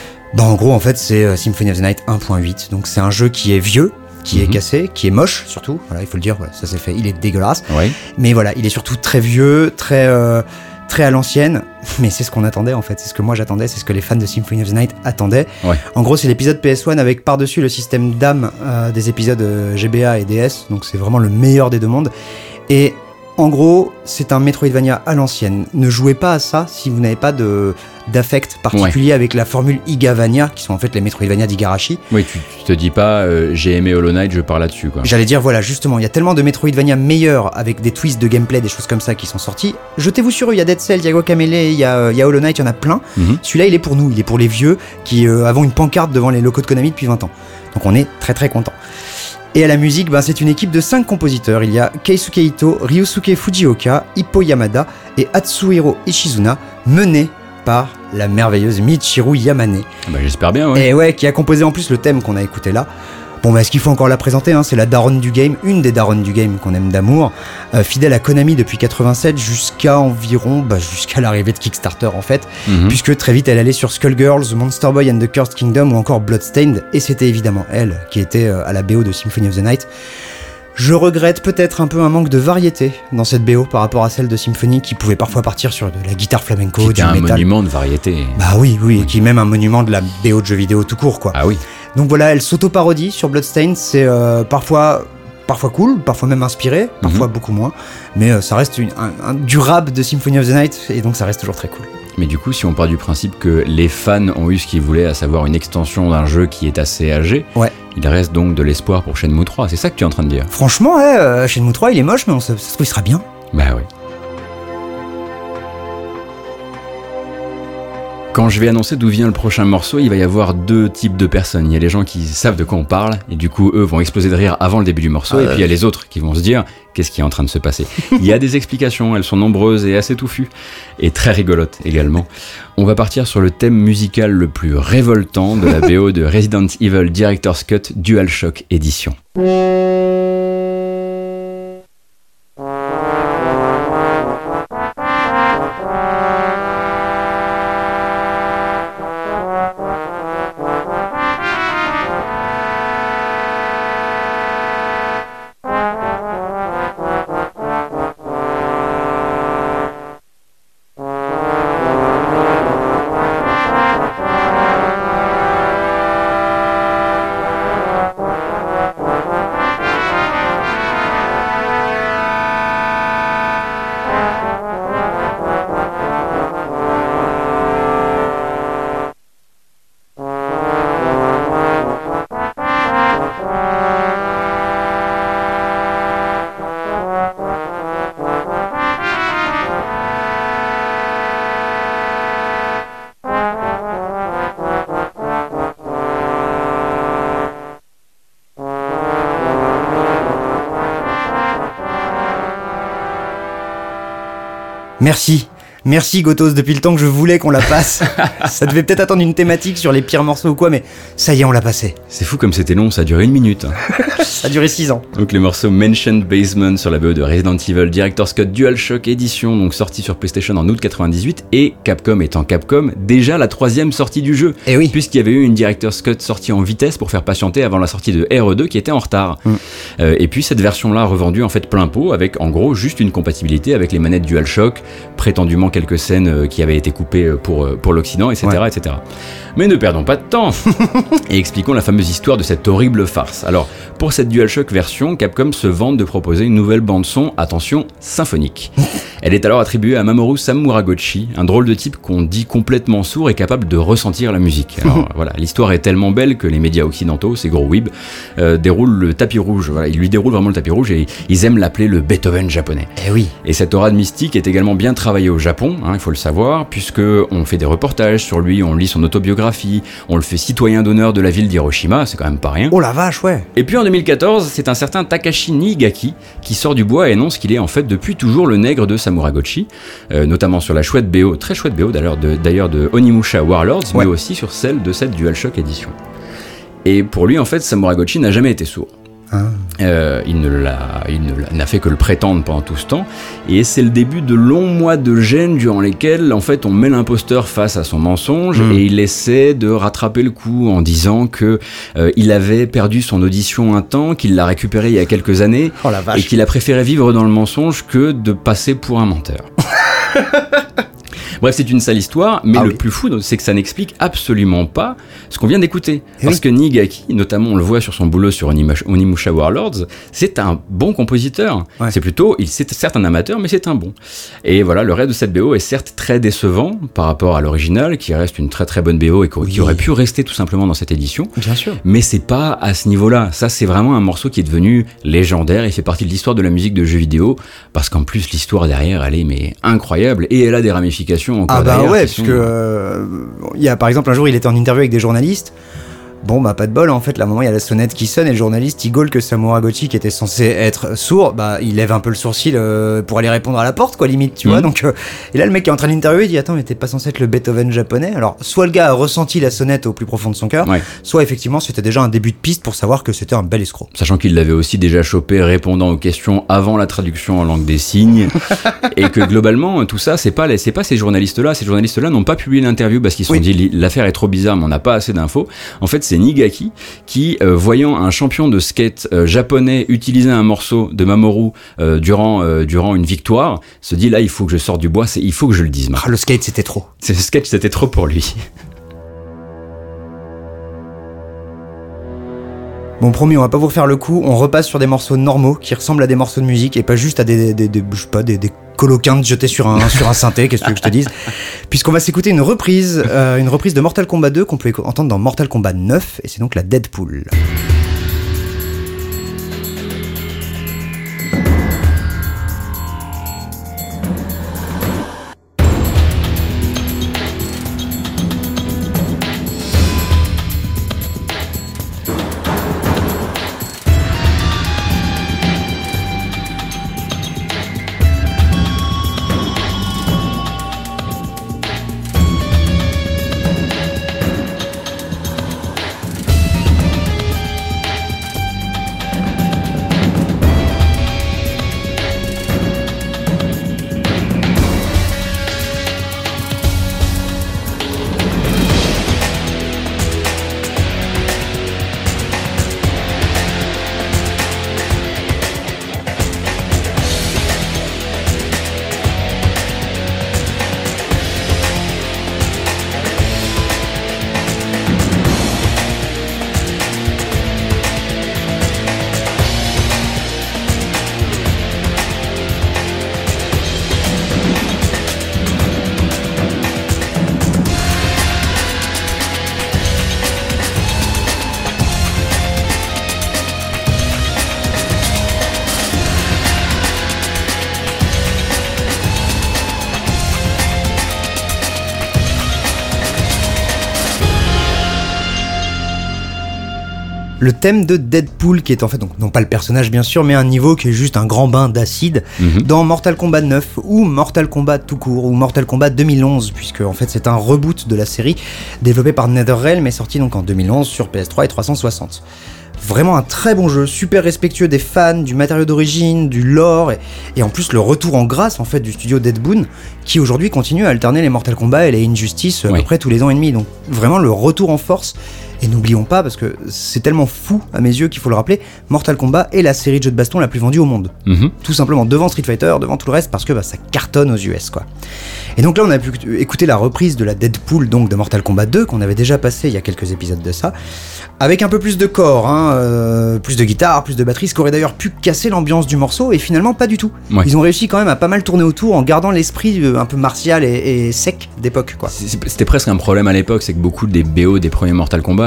En gros, en fait, c'est Symphony of the Night 1.8, donc c'est un jeu qui est vieux, qui est cassé, qui est moche surtout, voilà, il faut le dire, voilà, ça c'est fait, il est dégueulasse, mais voilà, il est surtout très vieux, très à l'ancienne, mais c'est ce qu'on attendait en fait, c'est ce que moi j'attendais, c'est ce que les fans de Symphony of the Night attendaient. En gros, c'est l'épisode PS1 avec par-dessus le système d'âme des épisodes GBA et DS, donc c'est vraiment le meilleur des deux mondes, et en gros, c'est un Metroidvania à l'ancienne. Ne jouez pas à ça si vous n'avez pas d'affect particulier avec la formule Igavania, qui sont en fait les Metroidvania d'Igarashi. Oui, tu te dis pas j'ai aimé Hollow Knight, je pars là-dessus, quoi. J'allais dire, voilà, justement, il y a tellement de Metroidvania meilleurs avec des twists de gameplay, des choses comme ça qui sont sortis. Jetez-vous sur eux, il y a Dead Cell, il y a Guacamelee, il y a Hollow Knight, il y en a plein. Celui-là, il est pour nous, il est pour les vieux qui avons une pancarte devant les locaux de Konami depuis 20 ans. Donc on est très très contents. Et à la musique, c'est une équipe de 5 compositeurs. Il y a Keisuke Ito, Ryosuke Fujioka, Ippo Yamada et Atsuhiro Ishizuna, menés par la merveilleuse Michiru Yamane. J'espère bien, Et qui a composé en plus le thème qu'on a écouté là. Est-ce qu'il faut encore la présenter, c'est la daronne du game, une des daronnes du game qu'on aime d'amour, fidèle à Konami depuis 87 jusqu'à environ, jusqu'à l'arrivée de Kickstarter en fait, puisque très vite elle allait sur Skullgirls, Monster Boy and the Cursed Kingdom ou encore Bloodstained, et c'était évidemment elle qui était à la BO de Symphony of the Night. Je regrette peut-être un peu un manque de variété dans cette BO par rapport à celle de Symphony qui pouvait parfois partir sur de la guitare flamenco, du métal. Qui un monument de variété. Oui, et qui est même un monument de la BO de jeux vidéo tout court, quoi. Ah oui. Donc voilà, elle s'auto-parodie sur Bloodstained, c'est parfois cool, parfois même inspiré, parfois beaucoup moins, mais ça reste du rap de Symphony of the Night, et donc ça reste toujours très cool. Mais du coup, si on part du principe que les fans ont eu ce qu'ils voulaient, à savoir une extension d'un jeu qui est assez âgé, il reste donc de l'espoir pour Shenmue 3, c'est ça que tu es en train de dire? Franchement, Shenmue 3 il est moche, mais ça se trouve il sera bien. Oui. Quand je vais annoncer d'où vient le prochain morceau, il va y avoir 2 types de personnes. Il y a les gens qui savent de quoi on parle, et du coup, eux vont exploser de rire avant le début du morceau, et puis il y a les autres qui vont se dire « Qu'est-ce qui est en train de se passer ?» Il y a des explications, elles sont nombreuses et assez touffues, et très rigolotes également. On va partir sur le thème musical le plus révoltant de la BO de Resident Evil Director's Cut DualShock Edition. Merci Gotos, depuis le temps que je voulais qu'on la passe. Ça devait peut-être attendre une thématique sur les pires morceaux ou quoi, mais ça y est, on l'a passé. C'est fou comme c'était long, ça a duré 1 minute. Ça a duré 6 ans. Donc les morceaux Mentioned Basement sur la BO de Resident Evil Director's Cut DualShock Edition, donc sorti sur PlayStation en août 98, et Capcom étant Capcom, déjà la 3e sortie du jeu. Et oui. Puisqu'il y avait eu une Director's Cut sortie en vitesse pour faire patienter avant la sortie de RE2 qui était en retard. Et puis cette version-là revendue en fait plein pot, avec en gros juste une compatibilité avec les manettes DualShock, prétendument quelques scènes qui avaient été coupées pour l'Occident, etc., etc. Mais ne perdons pas de temps et expliquons la fameuse histoire de cette horrible farce. Alors, pour cette DualShock version, Capcom se vante de proposer une nouvelle bande-son, attention, symphonique. Elle est alors attribuée à Mamoru Samuragochi, un drôle de type qu'on dit complètement sourd et capable de ressentir la musique. Alors voilà, l'histoire est tellement belle que les médias occidentaux, ces gros weebs, déroulent le tapis rouge. Voilà, ils lui déroulent vraiment le tapis rouge et ils aiment l'appeler le Beethoven japonais. Et oui. Et cette aura de mystique est également bien travaillée au Japon, il faut le savoir, puisque on fait des reportages sur lui, on lit son autobiographie, biographie, on le fait citoyen d'honneur de la ville d'Hiroshima, c'est quand même pas rien. Oh la vache, ouais. Et puis en 2014, c'est un certain Takashi Niigaki qui sort du bois et annonce qu'il est en fait depuis toujours le nègre de Samuragochi, notamment sur la chouette BO, très chouette BO d'ailleurs de Onimusha Warlords, mais aussi sur celle de cette DualShock Edition. Et pour lui, en fait, Samuragochi n'a jamais été sourd. Il n'a fait que le prétendre pendant tout ce temps, et c'est le début de longs mois de gêne durant lesquels en fait on met l'imposteur face à son mensonge et il essaie de rattraper le coup en disant que il avait perdu son audition un temps, qu'il l'a récupéré il y a quelques années et qu'il a préféré vivre dans le mensonge que de passer pour un menteur. Bref, c'est une sale histoire, mais le plus fou, c'est que ça n'explique absolument pas ce qu'on vient d'écouter. Parce que Niigaki, notamment, on le voit sur son boulot sur Onimusha Warlords, c'est un bon compositeur. Ouais. C'est certes un amateur, mais c'est un bon. Et voilà, le reste de cette BO est certes très décevant par rapport à l'original, qui reste une très très bonne BO et qui aurait pu rester tout simplement dans cette édition. Bien sûr. Mais c'est pas à ce niveau-là. Ça, c'est vraiment un morceau qui est devenu légendaire. Il fait partie de l'histoire de la musique de jeux vidéo, parce qu'en plus, l'histoire derrière, elle est incroyable et elle a des ramifications. Ah bah ouais, parce que il y a par exemple un jour il était en interview avec des journalistes. Bon bah pas de bol, en fait, là, à un moment il y a la sonnette qui sonne et le journaliste il gaule que Samuragochi, qui était censé être sourd, bah il lève un peu le sourcil pour aller répondre à la porte, quoi, limite, tu vois. Donc et là le mec qui est en train d'interviewer, il dit attends, mais t'es pas censé être le Beethoven japonais. Alors soit le gars a ressenti la sonnette au plus profond de son cœur, soit effectivement c'était déjà un début de piste pour savoir que c'était un bel escroc. Sachant qu'il l'avait aussi déjà chopé répondant aux questions avant la traduction en langue des signes et que globalement tout ça c'est pas ces journalistes-là n'ont pas publié l'interview parce qu'ils se sont dit l'affaire est trop bizarre mais on n'a pas assez d'infos. En fait, c'est Niigaki qui, voyant un champion de skate japonais utiliser un morceau de Mamoru durant une victoire, se dit là il faut que je sorte du bois, il faut que je le dise. Le skate c'était trop. Le skate c'était trop pour lui. Bon, promis, on va pas vous refaire le coup, on repasse sur des morceaux normaux qui ressemblent à des morceaux de musique et pas juste à des coloquintes jetés sur un synthé, qu'est-ce que je te dise. Puisqu'on va s'écouter une reprise de Mortal Kombat 2 qu'on peut entendre dans Mortal Kombat 9, et c'est donc la Deadpool. Le thème de Deadpool, qui est en fait, donc, non pas le personnage bien sûr, mais un niveau qui est juste un grand bain d'acide dans Mortal Kombat 9 ou Mortal Kombat tout court ou Mortal Kombat 2011, puisque en fait c'est un reboot de la série développé par NetherRealm et sorti donc en 2011 sur PS3 et 360. Vraiment un très bon jeu, super respectueux des fans, du matériau d'origine, du lore, et en plus le retour en grâce en fait du studio Deadboon, qui aujourd'hui continue à alterner les Mortal Kombat et les Injustice à peu près tous les ans et demi. Donc vraiment le retour en force. Et n'oublions pas, parce que c'est tellement fou à mes yeux qu'il faut le rappeler, Mortal Kombat est la série de jeux de baston la plus vendue au monde. Tout simplement, devant Street Fighter, devant tout le reste, parce que ça cartonne aux US, quoi. Et donc là, on a pu écouter la reprise de la Deadpool, donc de Mortal Kombat 2, qu'on avait déjà passé il y a quelques épisodes de ça, avec un peu plus de corps, plus de guitare, plus de batterie, ce qui aurait d'ailleurs pu casser l'ambiance du morceau, et finalement pas du tout. Ils ont réussi quand même à pas mal tourner autour en gardant l'esprit un peu martial et sec d'époque, quoi. C'était presque un problème à l'époque, c'est que beaucoup des BO des premiers Mortal Kombat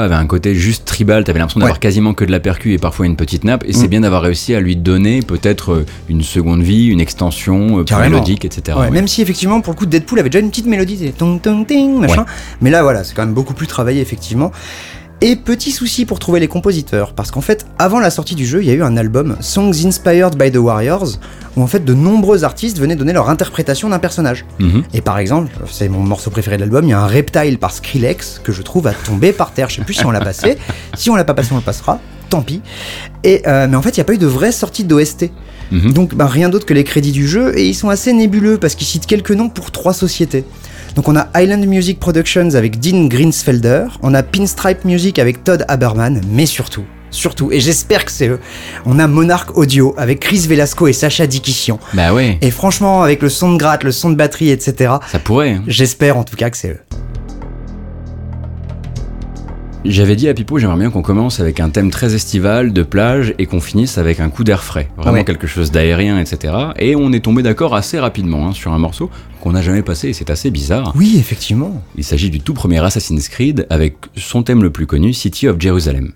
avait un côté juste tribal, t'avais l'impression d'avoir quasiment que de la percu et parfois une petite nappe, et c'est bien d'avoir réussi à lui donner peut-être une seconde vie, une extension plus mélodique, etc. Même si effectivement pour le coup Deadpool avait déjà une petite mélodie, tong tong ting machin, mais là voilà, c'est quand même beaucoup plus travaillé effectivement. Et petit souci pour trouver les compositeurs, parce qu'en fait, avant la sortie du jeu, il y a eu un album, Songs Inspired by the Warriors, où en fait de nombreux artistes venaient donner leur interprétation d'un personnage. Et par exemple, c'est mon morceau préféré de l'album, il y a un Reptile par Skrillex, que je trouve à tomber par terre, je sais plus si on l'a passé, si on l'a pas passé on le passera, tant pis. Et mais en fait, il n'y a pas eu de vraie sortie d'OST. Donc rien d'autre que les crédits du jeu, et ils sont assez nébuleux, parce qu'ils citent quelques noms pour 3 sociétés. Donc on a Island Music Productions avec Dean Grinsfelder, on a Pinstripe Music avec Todd Haberman, mais surtout, et j'espère que c'est eux, on a Monarch Audio avec Chris Velasco et Sacha Dikishian. Bah ouais. Et franchement, avec le son de gratte, le son de batterie, etc. Ça pourrait. J'espère en tout cas que c'est eux. J'avais dit à Pipo, j'aimerais bien qu'on commence avec un thème très estival, de plage, et qu'on finisse avec un coup d'air frais. Vraiment quelque chose d'aérien, etc. Et on est tombé d'accord assez rapidement sur un morceau qu'on n'a jamais passé, et c'est assez bizarre. Oui, effectivement. Il s'agit du tout premier Assassin's Creed, avec son thème le plus connu, City of Jerusalem.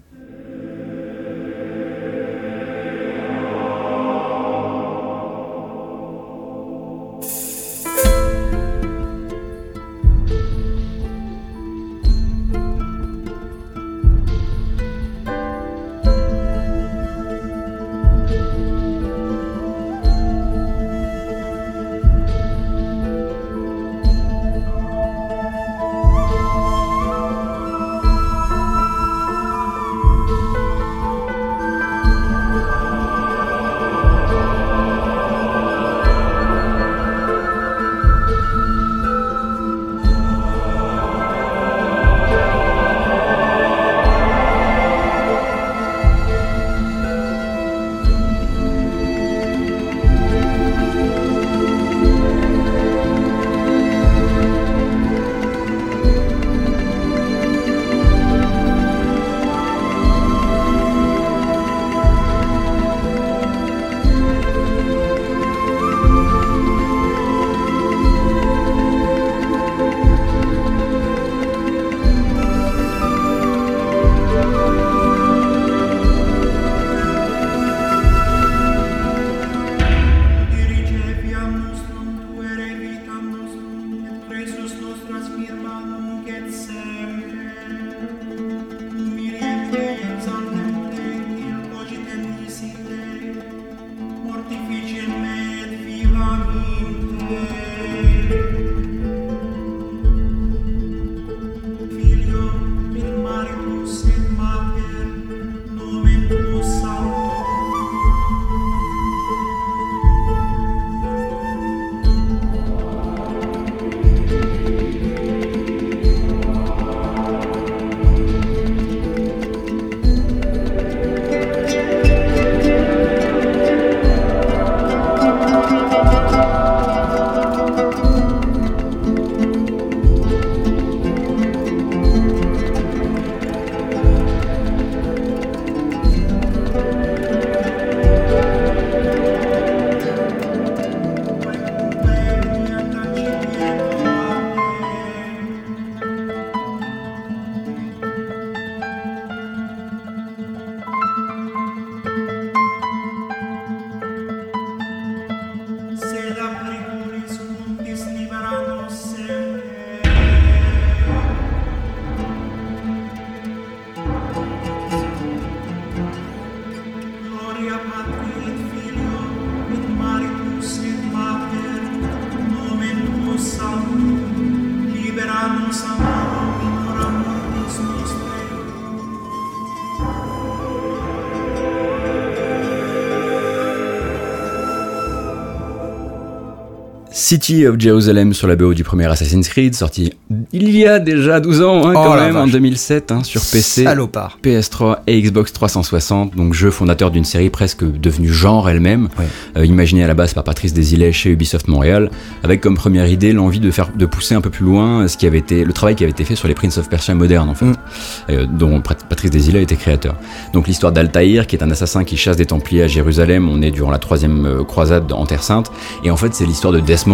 City of Jerusalem sur la BO du premier Assassin's Creed, sorti il y a déjà 12 ans, quand même, en 2007, sur PC, salopard. PS3 et Xbox 360, donc jeu fondateur d'une série presque devenue genre elle-même, imaginée à la base par Patrice Desilets chez Ubisoft Montréal, avec comme première idée l'envie de pousser un peu plus loin le travail qui avait été fait sur les Prince of Persia modernes, en fait, dont Patrice Desilets était créateur. Donc l'histoire d'Altaïr, qui est un assassin qui chasse des Templiers à Jérusalem, on est durant la 3e croisade en Terre Sainte, et en fait c'est l'histoire de Desmond,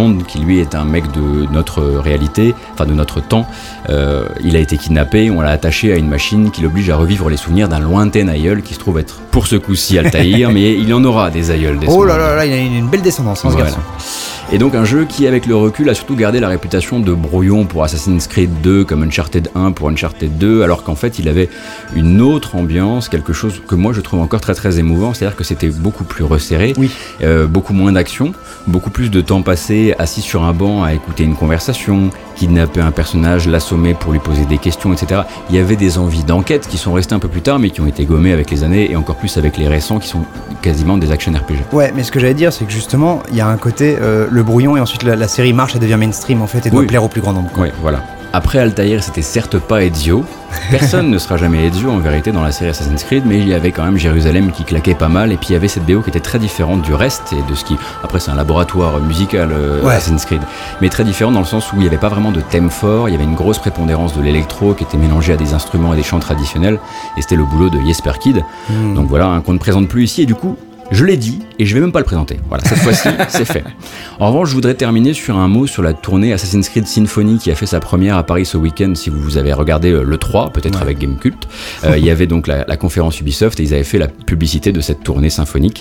Bond, qui lui est un mec de notre réalité, enfin de notre temps. Il a été kidnappé, on l'a attaché à une machine qui l'oblige à revivre les souvenirs d'un lointain aïeul qui se trouve être, pour ce coup-ci, Altaïr, mais il y en aura des aïeuls. Oh là là, il a une belle descendance, ce garçon. Et donc un jeu qui, avec le recul, a surtout gardé la réputation de brouillon pour Assassin's Creed 2, comme Uncharted 1 pour Uncharted 2, alors qu'en fait il avait une autre ambiance, quelque chose que moi je trouve encore très très émouvant, c'est-à-dire que c'était beaucoup plus resserré, beaucoup moins d'action, beaucoup plus de temps passé assis sur un banc à écouter une conversation, kidnapper un personnage, l'assommer pour lui poser des questions, etc. Il y avait des envies d'enquête qui sont restées un peu plus tard, mais qui ont été gommées avec les années, et encore plus avec les récents qui sont quasiment des action RPG. Ouais, mais ce que j'allais dire, c'est que justement, il y a un côté, le brouillon, et ensuite la série marche, elle devient mainstream en fait, et doit plaire au plus grand nombre. Oui, voilà. Après Altaïr, c'était certes pas Ezio. Personne ne sera jamais Ezio en vérité dans la série Assassin's Creed, mais il y avait quand même Jérusalem qui claquait pas mal, et puis il y avait cette BO qui était très différente du reste, et de ce qui... Après c'est un laboratoire musical Assassin's Creed, mais très différent dans le sens où il n'y avait pas vraiment de thème fort, il y avait une grosse prépondérance de l'électro qui était mélangée à des instruments et des chants traditionnels, et c'était le boulot de Jesper Kyd. Donc voilà, qu'on ne présente plus ici, et du coup... Je l'ai dit, et je vais même pas le présenter. Voilà, cette fois-ci, c'est fait. En revanche, je voudrais terminer sur un mot sur la tournée Assassin's Creed Symphony qui a fait sa première à Paris ce week-end. Si vous avez regardé le 3, peut-être avec Gamecult, il y avait donc la conférence Ubisoft et ils avaient fait la publicité de cette tournée symphonique.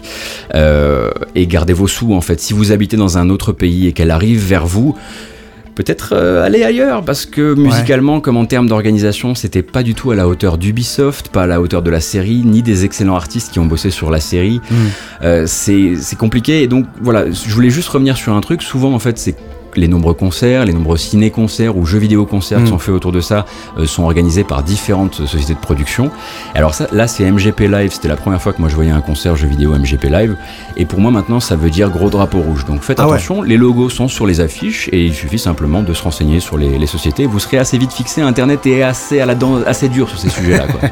Et gardez vos sous, en fait. Si vous habitez dans un autre pays et qu'elle arrive vers vous, peut-être aller ailleurs, parce que musicalement, comme en termes d'organisation, c'était pas du tout à la hauteur d'Ubisoft, pas à la hauteur de la série, ni des excellents artistes qui ont bossé sur la série. C'est compliqué, et donc voilà, je voulais juste revenir sur un truc. Souvent, en fait, c'est les nombreux concerts, les nombreux ciné-concerts ou jeux vidéo-concerts qui sont faits autour de ça sont organisés par différentes sociétés de production. Alors ça, là, c'est MGP Live. C'était la première fois que moi je voyais un concert jeux vidéo MGP Live. Et pour moi, maintenant, ça veut dire gros drapeau rouge. Donc faites attention, les logos sont sur les affiches et il suffit simplement de se renseigner sur les sociétés. Vous serez assez vite fixé. Internet est assez dur sur ces sujets-là, quoi.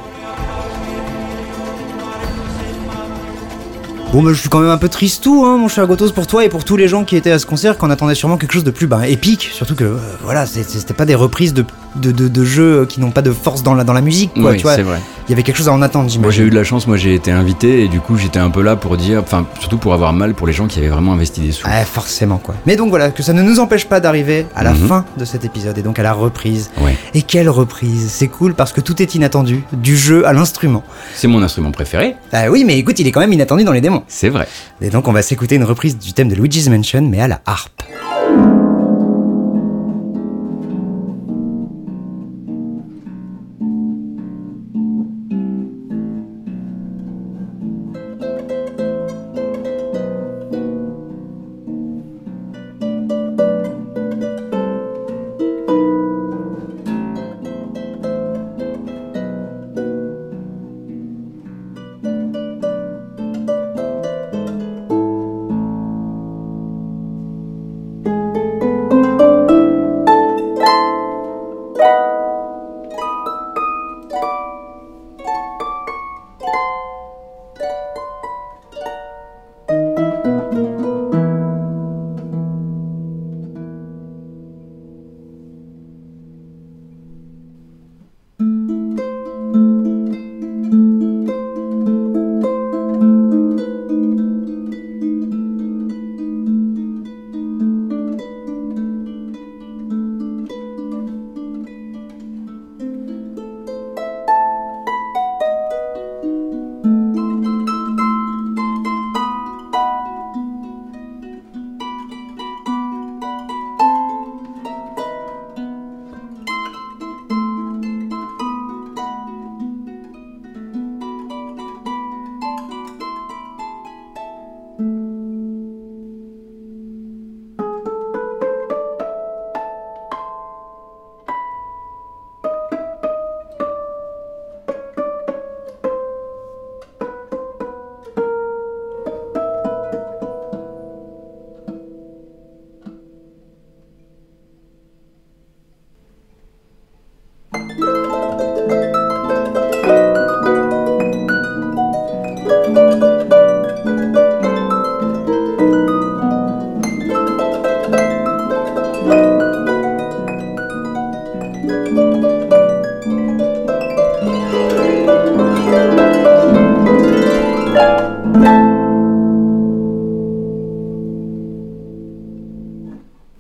Bon, je suis quand même un peu tristou, mon cher Gotos, pour toi et pour tous les gens qui étaient à ce concert, qu'on attendait sûrement quelque chose de plus épique. Surtout que, voilà, c'était pas des reprises de jeux qui n'ont pas de force dans la musique, quoi. Oui, tu vois, c'est vrai. Il y avait quelque chose à en attendre, j'imagine. Moi, j'ai eu de la chance, j'ai été invité et du coup, j'étais un peu là pour dire, enfin, surtout pour avoir mal pour les gens qui avaient vraiment investi des sous. Ouais, forcément, quoi. Mais donc voilà, que ça ne nous empêche pas d'arriver à la fin de cet épisode et donc à la reprise. Ouais. Et quelle reprise! C'est cool parce que tout est inattendu, du jeu à l'instrument. C'est mon instrument préféré. Ah oui, mais écoute, il est quand même inattendu dans les démons. C'est vrai. Et donc on va s'écouter une reprise du thème de Luigi's Mansion, mais à la harpe.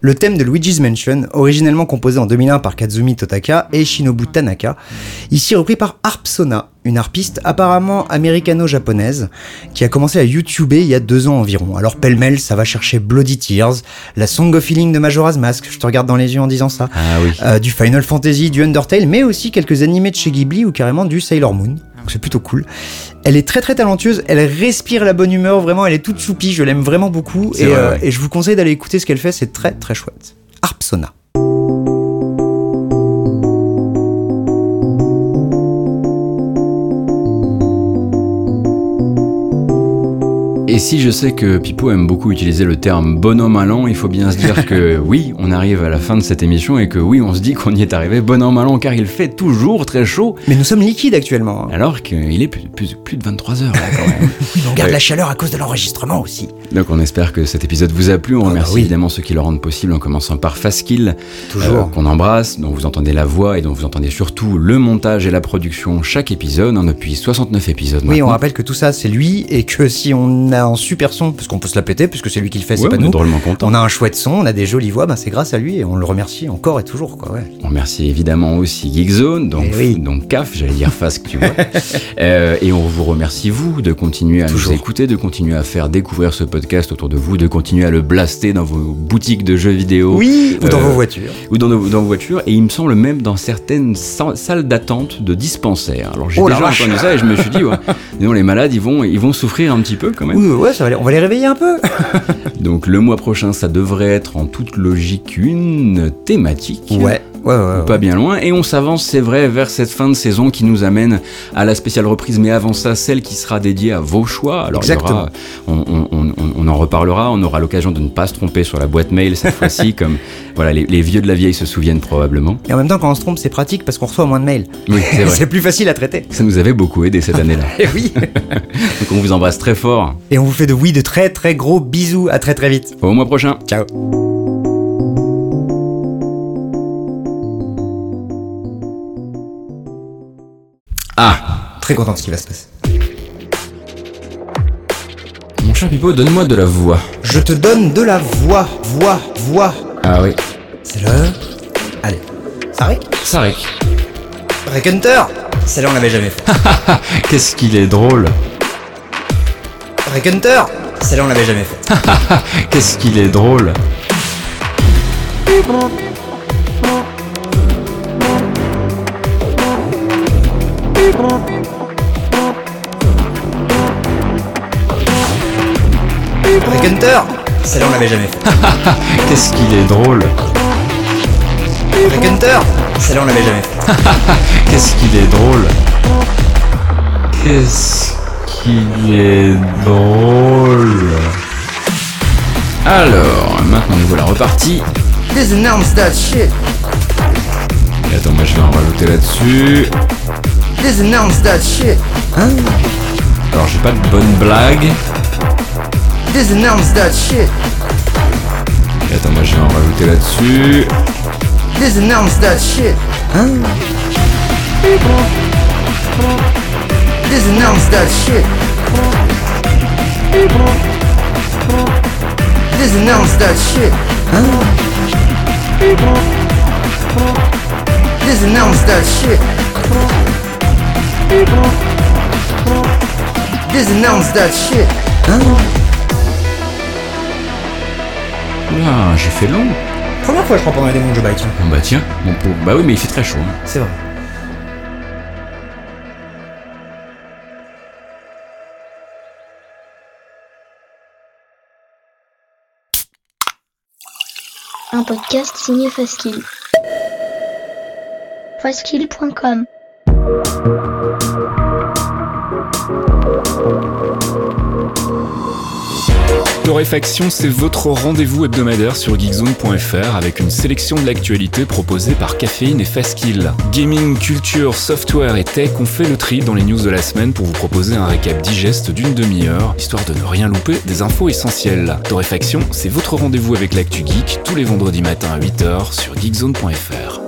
le thème de Luigi's Mansion, originellement composé en 2001 par Kazumi Totaka et Shinobu Tanaka, ici repris par Harpsona, une harpiste apparemment américano-japonaise qui a commencé à YouTuber il y a 2 ans environ. Alors pêle-mêle, ça va chercher Bloody Tears, la Song of Healing de Majora's Mask, je te regarde dans les yeux en disant ça, du Final Fantasy, du Undertale, mais aussi quelques animés de chez Ghibli ou carrément du Sailor Moon. Donc c'est plutôt cool. Elle est très très talentueuse, elle respire la bonne humeur, vraiment, elle est toute choupie, je l'aime vraiment beaucoup et je vous conseille d'aller écouter ce qu'elle fait, c'est très très chouette. Harpsona. Et si je sais que Pipo aime beaucoup utiliser le terme bonhomme à l'an, il faut bien se dire que oui, on arrive à la fin de cette émission et que oui, on se dit qu'on y est arrivé bonhomme à l'an car il fait toujours très chaud. Mais nous sommes liquides actuellement. Alors qu'il est plus de 23 heures là quand même. On garde la chaleur à cause de l'enregistrement aussi. Donc on espère que cet épisode vous a plu. On remercie évidemment ceux qui le rendent possible en commençant par Fastkill, qu'on embrasse, dont vous entendez la voix et dont vous entendez surtout le montage et la production chaque épisode, depuis 69 épisodes maintenant. Oui, on rappelle que tout ça c'est lui et que si on a un super son, parce qu'on peut se la péter, puisque c'est lui qui le fait, c'est pas nous. Drôlement content. On a un chouette son, on a des jolies voix, c'est grâce à lui et on le remercie encore et toujours, quoi. Ouais. On remercie évidemment aussi Geekzone, donc CAF, j'allais dire Fask, tu vois. Et on vous remercie vous de continuer à nous écouter, de continuer à faire découvrir ce podcast autour de vous, de continuer à le blaster dans vos boutiques de jeux vidéo. Oui, ou dans vos voitures. Ou dans vos voitures, et il me semble même dans certaines salles d'attente de dispensaires. Alors j'ai déjà entendu ça et je me suis dit, non, les malades, ils vont souffrir un petit peu quand même. Oui, ouais, on va les réveiller un peu. Donc le mois prochain, ça devrait être en toute logique une thématique. Ouais. Pas bien loin, et on s'avance, c'est vrai, vers cette fin de saison qui nous amène à la spéciale reprise, mais avant ça, celle qui sera dédiée à vos choix. Alors exactement. On en reparlera, on aura l'occasion de ne pas se tromper sur la boîte mail cette fois-ci, comme voilà, les vieux de la vieille se souviennent probablement. Et en même temps, quand on se trompe, c'est pratique parce qu'on reçoit moins de mails. Oui, c'est vrai. C'est plus facile à traiter. Ça nous avait beaucoup aidé cette année-là. Et oui. Donc on vous embrasse très fort. Et on vous fait de très très gros bisous, à très très vite. Au mois prochain. Ciao. Très content de ce qui va se passer. Mon cher Pipo, donne-moi de la voix. Je te donne de la voix. Ah oui. C'est l'heure. Allez. Sarek. Break Hunter. Celle-là on l'avait jamais fait. Qu'est-ce qu'il est drôle. Break Hunter. Celle-là on l'avait jamais fait. Qu'est-ce qu'il est drôle. Break Hunter. Celle-là on l'avait jamais fait. Qu'est-ce qu'il est drôle. Break Hunter. Celle-là on l'avait jamais fait. Qu'est-ce qu'il est drôle. Qu'est-ce qu'il est drôle. Alors, maintenant nous voilà repartis. Disannounce that shit. Et attends, moi je vais en rajouter là-dessus. Disannounce that shit. Hein? Alors j'ai pas de bonne blague. Disannounce that shit. Et attends, moi je vais en rajouter là-dessus. Disannounce that shit. Hein? Disannounce that shit. Disannounce that shit. Hein? Disannounce that shit. Disannounce that shit. Hein? Ah, j'ai fait long. Première fois je crois pendant les démons de Joe Biden. Bon bah tiens, mon pauvre. Bah oui, mais il fait très chaud. Hein. C'est vrai. Un podcast signé Fastkill. Fastkill.com. Torréfaction, c'est votre rendez-vous hebdomadaire sur geekzone.fr avec une sélection de l'actualité proposée par Caféine et Fastkill. Gaming, culture, software et tech, on fait le tri dans les news de la semaine pour vous proposer un récap digeste d'une demi-heure, histoire de ne rien louper des infos essentielles. Torréfaction, c'est votre rendez-vous avec l'actu geek tous les vendredis matins à 8h sur geekzone.fr.